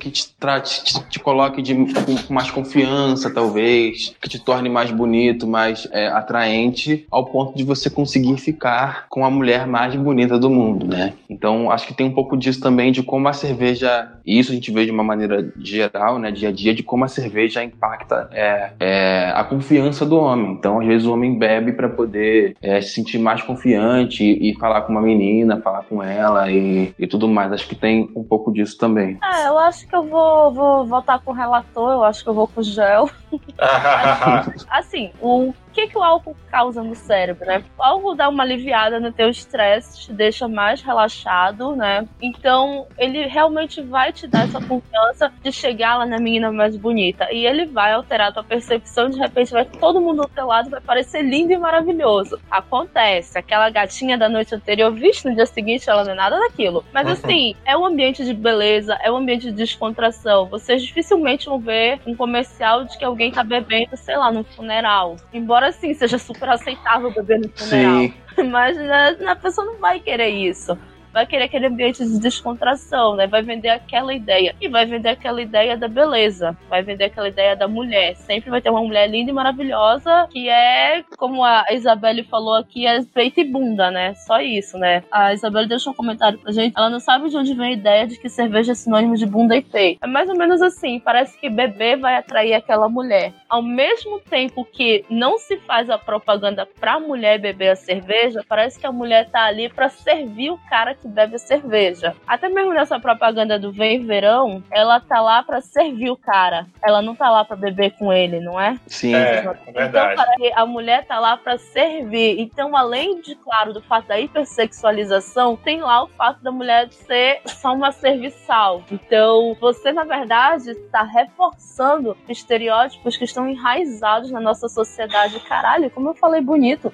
trate, te, te coloque de, com mais confiança, talvez, que te torne mais bonito, mais é, atraente, ao ponto de você conseguir ficar com a mulher mais bonita do mundo, né? Então, acho que tem um pouco disso também, de como a cerveja, e isso a gente vê de uma maneira geral, né, dia a dia, de como a cerveja impacta é, é, a confiança do homem. Então, às vezes, o homem bebe para poder é, se sentir mais confiante e, e falar com uma menina, falar com ela e, e tudo mais. Acho que tem um pouco disso também. É, eu acho que eu vou, vou voltar com o relator, eu acho que eu vou com o gel. Assim, o que, que o álcool causa no cérebro, né? O álcool dá uma aliviada no teu estresse, te deixa mais relaxado, né? Então, ele realmente vai te dar essa confiança de chegar lá na menina mais bonita. E ele vai alterar a tua percepção, de repente vai todo mundo do teu lado, vai parecer lindo e maravilhoso. Acontece, aquela gatinha da noite anterior, visto no dia seguinte, ela não é nada daquilo. Mas assim, é um ambiente de beleza, é um ambiente de descontração. Vocês dificilmente vão ver um comercial de que alguém tá bebendo, sei lá, num funeral. Embora assim, seja super aceitável beber no funeral. Sim. Mas a, a pessoa não vai querer isso. Vai querer aquele ambiente de descontração, né? Vai vender aquela ideia. E vai vender aquela ideia da beleza. Vai vender aquela ideia da mulher. Sempre vai ter uma mulher linda e maravilhosa que é, como a Isabelle falou aqui, é peito e bunda, né? Só isso, né? A Isabelle deixou um comentário pra gente. Ela não sabe de onde vem a ideia de que cerveja é sinônimo de bunda e peito. É mais ou menos assim. Parece que beber vai atrair aquela mulher. Ao mesmo tempo que não se faz a propaganda pra mulher beber a cerveja, parece que a mulher tá ali pra servir o cara que bebe cerveja. Até mesmo nessa propaganda do Vem Verão, ela tá lá pra servir o cara. Ela não tá lá pra beber com ele, não é? Sim. É, então, verdade. a mulher tá lá pra servir. Então, além de, claro, do fato da hipersexualização, tem lá o fato da mulher ser só uma serviçal. Então, você, na verdade, tá reforçando estereótipos que estão enraizados na nossa sociedade. Caralho, como eu falei bonito.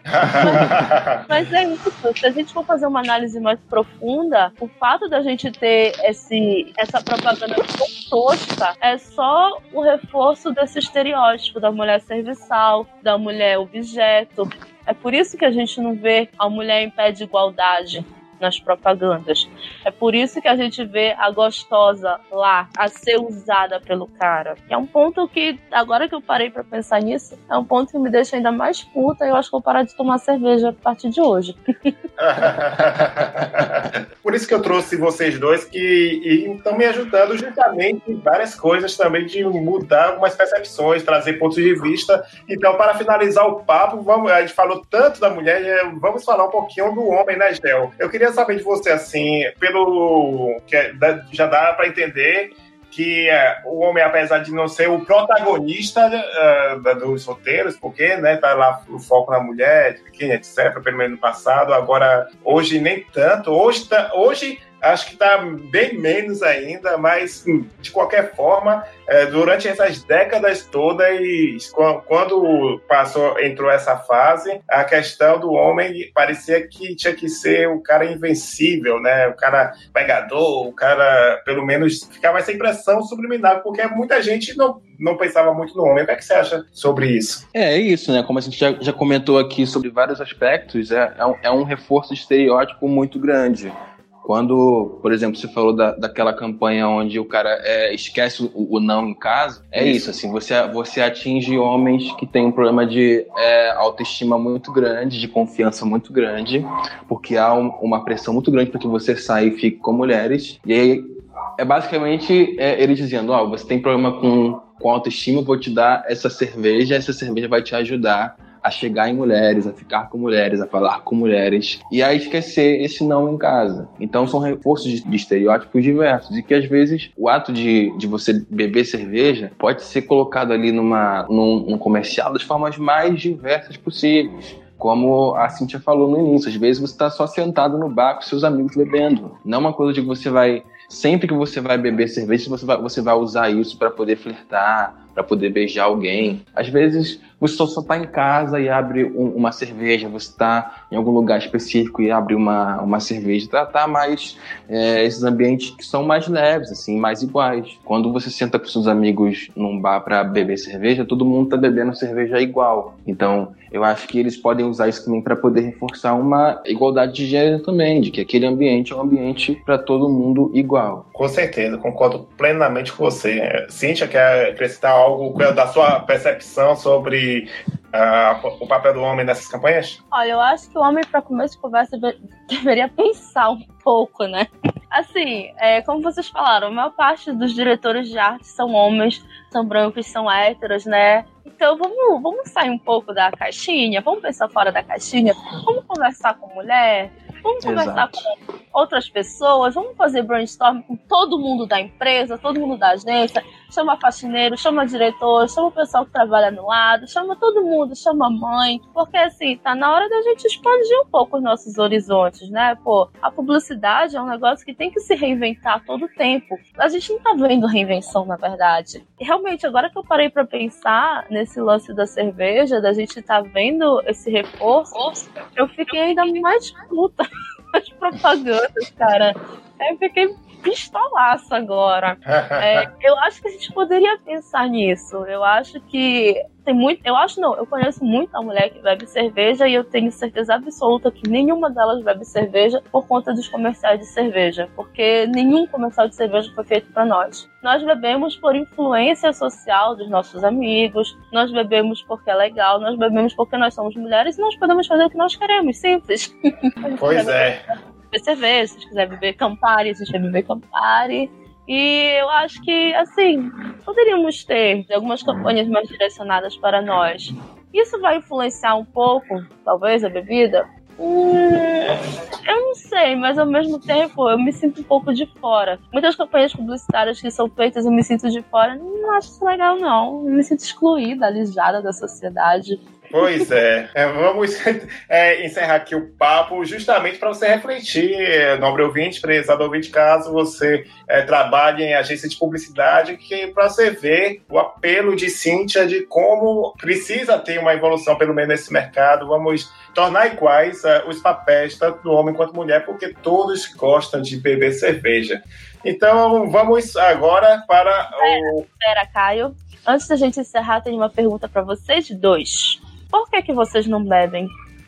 mas, mas é isso. Se a gente for fazer uma análise mais profunda, o fato da gente ter esse, essa propaganda tão tosca é só o reforço desse estereótipo da mulher serviçal, da mulher objeto. É por isso que a gente não vê a mulher em pé de igualdade nas propagandas. É por isso que a gente vê a gostosa lá a ser usada pelo cara. É um ponto que, agora que eu parei pra pensar nisso, é um ponto que me deixa ainda mais puta e eu acho que vou parar de tomar cerveja a partir de hoje. Por isso que eu trouxe vocês dois que estão me ajudando justamente em várias coisas também, de mudar algumas percepções, trazer pontos de vista. Então, para finalizar o papo, vamos, a gente falou tanto da mulher, vamos falar um pouquinho do homem, né, Gel? Eu queria saber de você, assim, pelo que já dá para entender que uh, o homem, apesar de não ser o protagonista uh, dos roteiros, porque, né, tá lá o foco na mulher, pequena, etcétera, pelo menos no passado, agora, hoje nem tanto, hoje, tá, hoje acho que está bem menos ainda, mas de qualquer forma, é, durante essas décadas todas, quando passou, entrou essa fase, a questão do homem parecia que tinha que ser o cara invencível, né? O cara pegador, o cara, pelo menos, ficava essa impressão subliminar, porque muita gente não, não pensava muito no homem. O que é que você acha sobre isso? É, é isso, né? Como a gente já, já comentou aqui sobre vários aspectos, é, é, um, é um reforço de estereótipo muito grande. Quando, por exemplo, você falou da, daquela campanha onde o cara é, esquece o, o não em casa, é isso, assim, você, você atinge homens que têm um problema de é, autoestima muito grande, de confiança muito grande, porque há um, uma pressão muito grande para que você saia e fique com mulheres, e aí é basicamente é, ele dizendo, ó, oh, você tem problema com, com autoestima, eu vou te dar essa cerveja, essa cerveja vai te ajudar a chegar em mulheres, a ficar com mulheres, a falar com mulheres, e a esquecer esse não em casa. Então são reforços de, de estereótipos diversos, e que às vezes o ato de, de você beber cerveja pode ser colocado ali numa, num, num comercial das formas mais diversas possíveis. Como a Cíntia falou no início, às vezes você está só sentado no bar com seus amigos bebendo. Não é uma coisa de que você vai... Sempre que você vai beber cerveja, você vai, você vai usar isso para poder flertar, para poder beijar alguém. Às vezes você só está em casa e abre um, uma cerveja, você está em algum lugar específico e abre uma, uma cerveja. Tratar mais é, esses ambientes que são mais leves, assim, mais iguais. Quando você senta com seus amigos num bar para beber cerveja, todo mundo está bebendo cerveja igual. Então, eu acho que eles podem usar isso também para poder reforçar uma igualdade de gênero também, de que aquele ambiente é um ambiente para todo mundo igual. Com certeza, concordo plenamente com você. Cíntia, quer acrescentar algo da sua percepção sobre uh, o papel do homem nessas campanhas? Olha, eu acho que o homem, para começo de conversa, deveria pensar um pouco, né? Assim, é, como vocês falaram, a maior parte dos diretores de arte são homens, são brancos, são héteros, né? Então vamos, vamos sair um pouco da caixinha, vamos pensar fora da caixinha, vamos conversar com mulher, vamos conversar Exato. com outras pessoas, vamos fazer brainstorm com todo mundo da empresa, todo mundo da agência, chama faxineiro, chama diretor, chama o pessoal que trabalha no lado, chama todo mundo, chama a mãe, porque assim, tá na hora da gente expandir um pouco os nossos horizontes, né? Pô, a publicidade é um negócio que tem que se reinventar todo o tempo. A gente não tá vendo reinvenção, na verdade. E realmente, agora que eu parei pra pensar nesse lance da cerveja, da gente tá vendo esse reforço, eu fiquei ainda mais puta. As propagandas, cara. Eu fiquei pistolaço agora. É, eu acho que a gente poderia pensar nisso. Eu acho que tem muito. Eu acho não, eu conheço muita mulher que bebe cerveja e eu tenho certeza absoluta que nenhuma delas bebe cerveja por conta dos comerciais de cerveja. Porque nenhum comercial de cerveja foi feito pra nós. Nós bebemos por influência social dos nossos amigos, nós bebemos porque é legal, nós bebemos porque nós somos mulheres e nós podemos fazer o que nós queremos, simples. Pois é. Beber cerveja, se quiser beber Campari, a gente vai beber Campari. E eu acho que, assim, poderíamos ter algumas campanhas mais direcionadas para nós. Isso vai influenciar um pouco, talvez, a bebida? Hum, eu não sei, mas ao mesmo tempo eu me sinto um pouco de fora. Muitas campanhas publicitárias que são feitas eu me sinto de fora. Não acho isso legal, não. Eu me sinto excluída, alijada da sociedade. Pois é, é vamos é, encerrar aqui o papo justamente para você refletir, nobre ouvinte, prezado ouvinte, caso você é, trabalhe em agência de publicidade, que para você ver o apelo de Cíntia de como precisa ter uma evolução, pelo menos nesse mercado, vamos tornar iguais uh, os papéis, tanto do homem quanto mulher, porque todos gostam de beber cerveja. Então, vamos agora para o... Espera, Caio. Antes da gente encerrar, tem uma pergunta para vocês dois. Por que que vocês não bebem?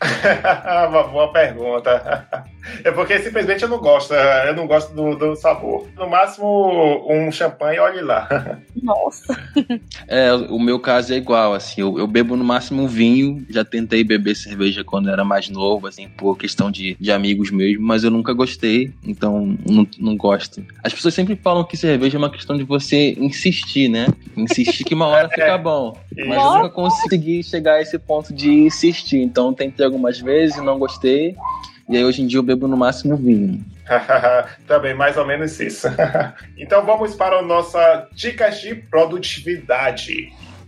Uma boa pergunta. É porque simplesmente eu não gosto. Eu não gosto do, do sabor. No máximo, um champanhe, olhe lá. Nossa. É, o meu caso é igual, assim. Eu, eu bebo no máximo vinho. Já tentei beber cerveja quando era mais novo, assim, por questão de, de amigos mesmo, mas eu nunca gostei, então não, não gosto. As pessoas sempre falam que cerveja é uma questão de você insistir, né? Insistir que uma hora fica bom. Mas eu nunca consegui chegar a esse ponto de insistir. Então tentei algumas vezes, não gostei. E aí hoje em dia eu bebo no máximo vinho. Também, mais ou menos isso. Então vamos para a nossa dicas de produtividade.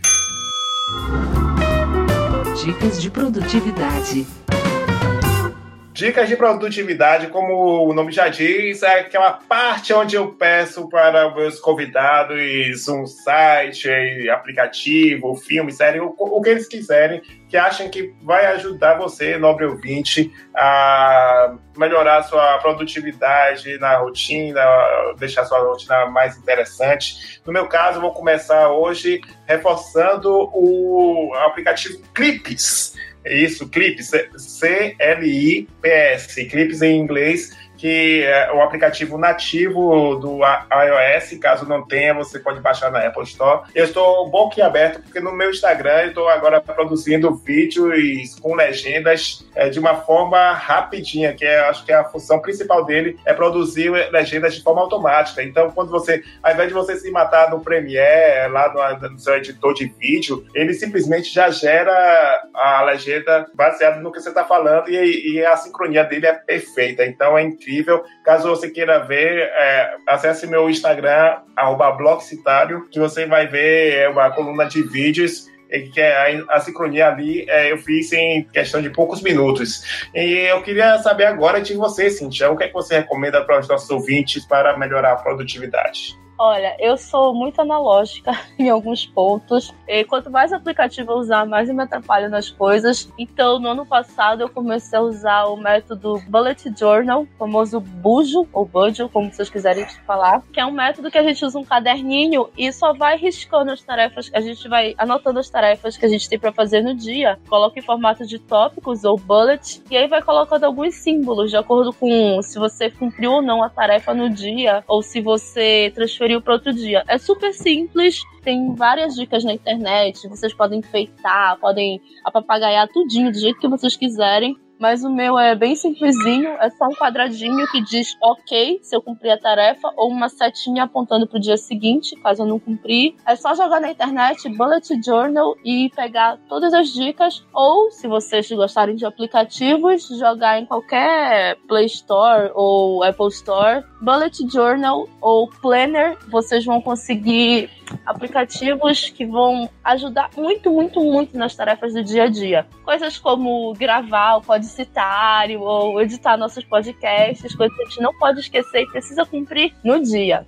Dicas de produtividade. Dicas de produtividade, como o nome já diz, é aquela parte onde eu peço para meus convidados um site, aplicativo, filme, série, o, o que eles quiserem, que achem que vai ajudar você, nobre ouvinte, a melhorar a sua produtividade na rotina, deixar a sua rotina mais interessante. No meu caso, eu vou começar hoje reforçando o aplicativo Clips. Isso, Clips, C L I P S, Clips em inglês, que é o aplicativo nativo do iOS. Caso não tenha, você pode baixar na Apple Store. Eu estou boquiaberto porque no meu Instagram eu estou agora produzindo vídeos com legendas é, de uma forma rapidinha, que é, acho que é a função principal dele, é produzir legendas de forma automática. Então, quando você, ao invés de você se matar no Premiere, lá no, no seu editor de vídeo, ele simplesmente já gera a legenda baseada no que você está falando e, e a sincronia dele é perfeita. Então, é incrível. Caso você queira ver, é, acesse meu Instagram, arroba blogcitário, que você vai ver uma coluna de vídeos, que é a, a sincronia ali é, eu fiz em questão de poucos minutos. E eu queria saber agora de você, Cíntia, o que é que você recomenda para os nossos ouvintes para melhorar a produtividade? Olha, eu sou muito analógica em alguns pontos. E quanto mais aplicativo eu usar, mais eu me atrapalho nas coisas. Então, no ano passado, eu comecei a usar o método Bullet Journal, famoso Bujo, ou Bujo, como vocês quiserem falar, que é um método que a gente usa um caderninho e só vai riscando as tarefas, a gente vai anotando as tarefas que a gente tem pra fazer no dia, coloca em formato de tópicos ou bullet, e aí vai colocando alguns símbolos de acordo com se você cumpriu ou não a tarefa no dia, ou se você transferiu para outro dia. É super simples, tem várias dicas na internet, vocês podem enfeitar, podem apapagaiar tudinho do jeito que vocês quiserem. Mas o meu é bem simplesinho, é só um quadradinho que diz ok, se eu cumprir a tarefa, ou uma setinha apontando pro dia seguinte, caso eu não cumprir. É só jogar na internet Bullet Journal e pegar todas as dicas, ou, se vocês gostarem de aplicativos, jogar em qualquer Play Store ou Apple Store, Bullet Journal ou Planner, vocês vão conseguir aplicativos que vão ajudar muito, muito, muito nas tarefas do dia a dia. Coisas como gravar o podcitário ou editar nossos podcasts, coisas que a gente não pode esquecer e precisa cumprir no dia.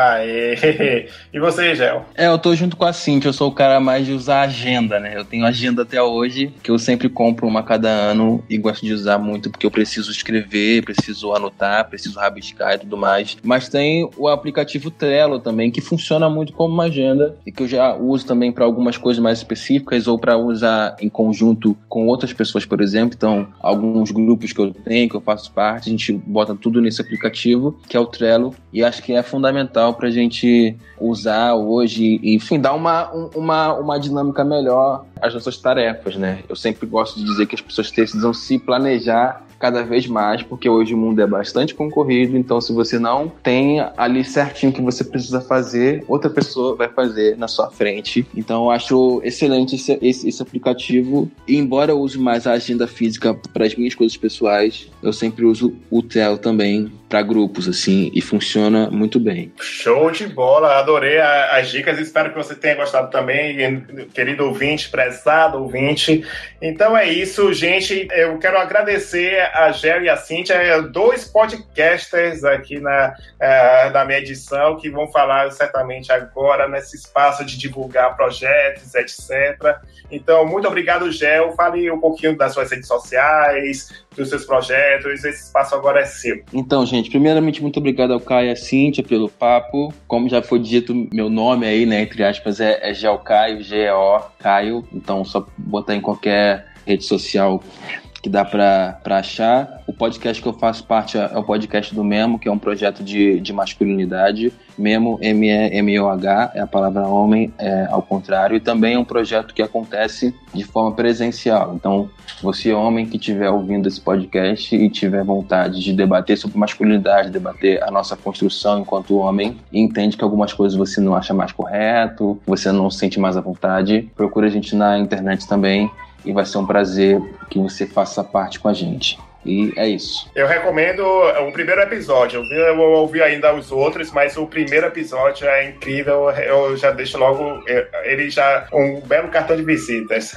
Aê! E você, Gel? É, eu tô junto com a Cintia, eu sou o cara mais de usar agenda, né? Eu tenho agenda até hoje, que eu sempre compro uma a cada ano e gosto de usar muito porque eu preciso escrever, preciso anotar, preciso rabiscar e tudo mais. Mas tem o aplicativo Trello também, que funciona muito como uma agenda e que eu já uso também para algumas coisas mais específicas ou para usar em conjunto com outras pessoas, por exemplo. Então, alguns grupos que eu tenho, que eu faço parte, a gente bota tudo nesse aplicativo, que é o Trello, e acho que é fundamental pra gente usar hoje e, enfim, dar uma, uma, uma dinâmica melhor às nossas tarefas, né? Eu sempre gosto de dizer que as pessoas precisam se planejar cada vez mais, porque hoje o mundo é bastante concorrido, então se você não tem ali certinho o que você precisa fazer, outra pessoa vai fazer na sua frente. Então eu acho excelente esse, esse, esse aplicativo, e embora eu use mais a agenda física para as minhas coisas pessoais, eu sempre uso o Trello também para grupos, assim, e funciona muito bem. Show de bola, adorei a, as dicas, espero que você tenha gostado também, querido ouvinte, prezado ouvinte. Então é isso, gente, eu quero agradecer a Gel e a Cintia, dois podcasters aqui na, uh, na minha edição, que vão falar certamente agora nesse espaço de divulgar projetos, etcétera. Então, muito obrigado, Gel. Fale um pouquinho das suas redes sociais, dos seus projetos, esse espaço agora é seu. Então, gente, primeiramente, muito obrigado ao Caio e à Cintia pelo papo. Como já foi dito, meu nome aí, né, entre aspas, é, é Gelcaio, G E O, Caio. Então, só botar em qualquer rede social que dá pra, pra achar. O podcast que eu faço parte é o podcast do Memo, que é um projeto de, de masculinidade. Memo, M E M O H, é a palavra homem, é ao contrário. E também é um projeto que acontece de forma presencial. Então, você, homem, que estiver ouvindo esse podcast e tiver vontade de debater sobre masculinidade, debater a nossa construção enquanto homem, e entende que algumas coisas você não acha mais correto, você não se sente mais à vontade, procura a gente na internet também, e vai ser um prazer que você faça parte com a gente. E é isso. Eu recomendo o primeiro episódio. Eu vou ouvir ainda os outros, mas o primeiro episódio é incrível. Eu já deixo logo ele já um belo cartão de visitas.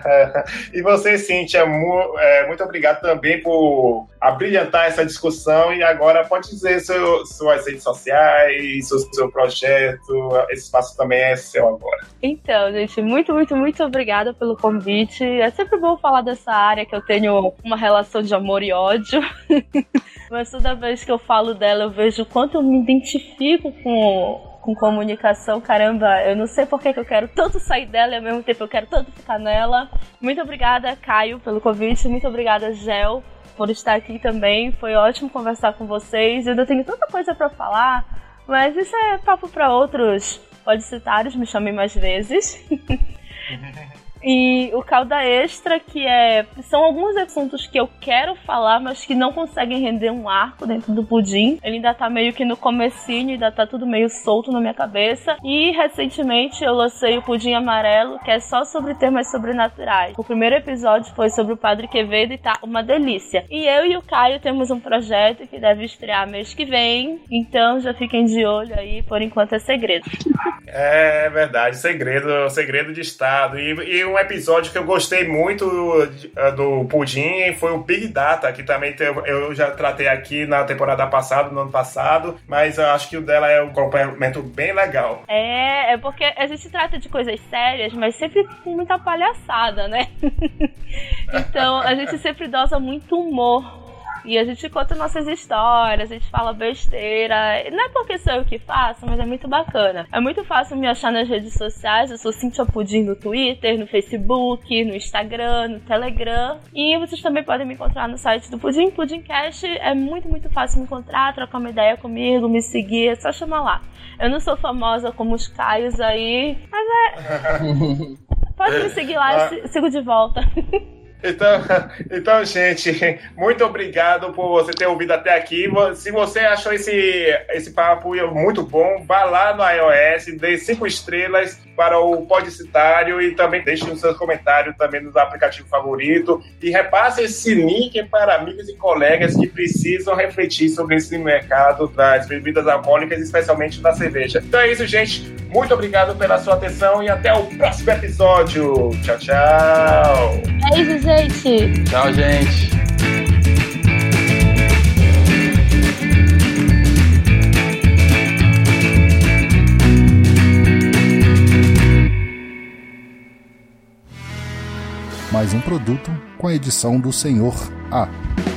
E você, Cintia, muito obrigado também por abrilhantar essa discussão. E agora pode dizer seu, suas redes sociais, seu, seu projeto. Esse espaço também é seu agora. Então, gente, muito, muito, muito obrigada pelo convite. É sempre bom falar dessa área que eu tenho uma relação de amor e ódio, mas toda vez que eu falo dela eu vejo o quanto eu me identifico com, com comunicação. Caramba, eu não sei por que eu quero tanto sair dela e ao mesmo tempo eu quero tanto ficar nela. Muito obrigada, Caio, pelo convite, muito obrigada, Gel, por estar aqui também. Foi ótimo conversar com vocês. Eu ainda tenho tanta coisa pra falar, mas isso é papo pra outros podcitários, me chamem mais vezes. E o Calda Extra, que é... São alguns assuntos que eu quero falar, mas que não conseguem render um arco dentro do pudim. Ele ainda tá meio que no comecinho, ainda tá tudo meio solto na minha cabeça. E, recentemente, eu lancei o Pudim Amarelo, que é só sobre temas sobrenaturais. O primeiro episódio foi sobre o Padre Quevedo e tá uma delícia. E eu e o Caio temos um projeto que deve estrear mês que vem. Então, já fiquem de olho aí. Por enquanto, é segredo. É verdade, segredo, segredo de Estado. E, e um episódio que eu gostei muito do, do Pudim, foi o Big Data, que também eu já tratei aqui na temporada passada, no ano passado, mas eu acho que o dela é um complemento bem legal. É, é porque a gente trata de coisas sérias, mas sempre com muita palhaçada, né? Então, a gente sempre dosa muito humor. E a gente conta nossas histórias, a gente fala besteira. Não é porque sou eu que faço, mas é muito bacana. É muito fácil me achar nas redes sociais. Eu sou Cíntia Pudim no Twitter, no Facebook, no Instagram, no Telegram. E vocês também podem me encontrar no site do Pudim, Pudimcast. É muito, muito fácil me encontrar, trocar uma ideia comigo, me seguir. É só chamar lá. Eu não sou famosa como os Caios aí, mas é... Pode me seguir lá, eu sigo de volta. Então, então, gente, muito obrigado por você ter ouvido até aqui. Se você achou esse, esse papo muito bom, vá lá no iOS, dê cinco estrelas para o Podicitário e também deixe os seus comentários também no aplicativo favorito e repasse esse link para amigos e colegas que precisam refletir sobre esse mercado das bebidas alcoólicas, especialmente da cerveja. Então é isso, gente. Muito obrigado pela sua atenção e até o próximo episódio. Tchau, tchau. É isso, gente. Tchau, gente. Mais um produto com a edição do Senhor A.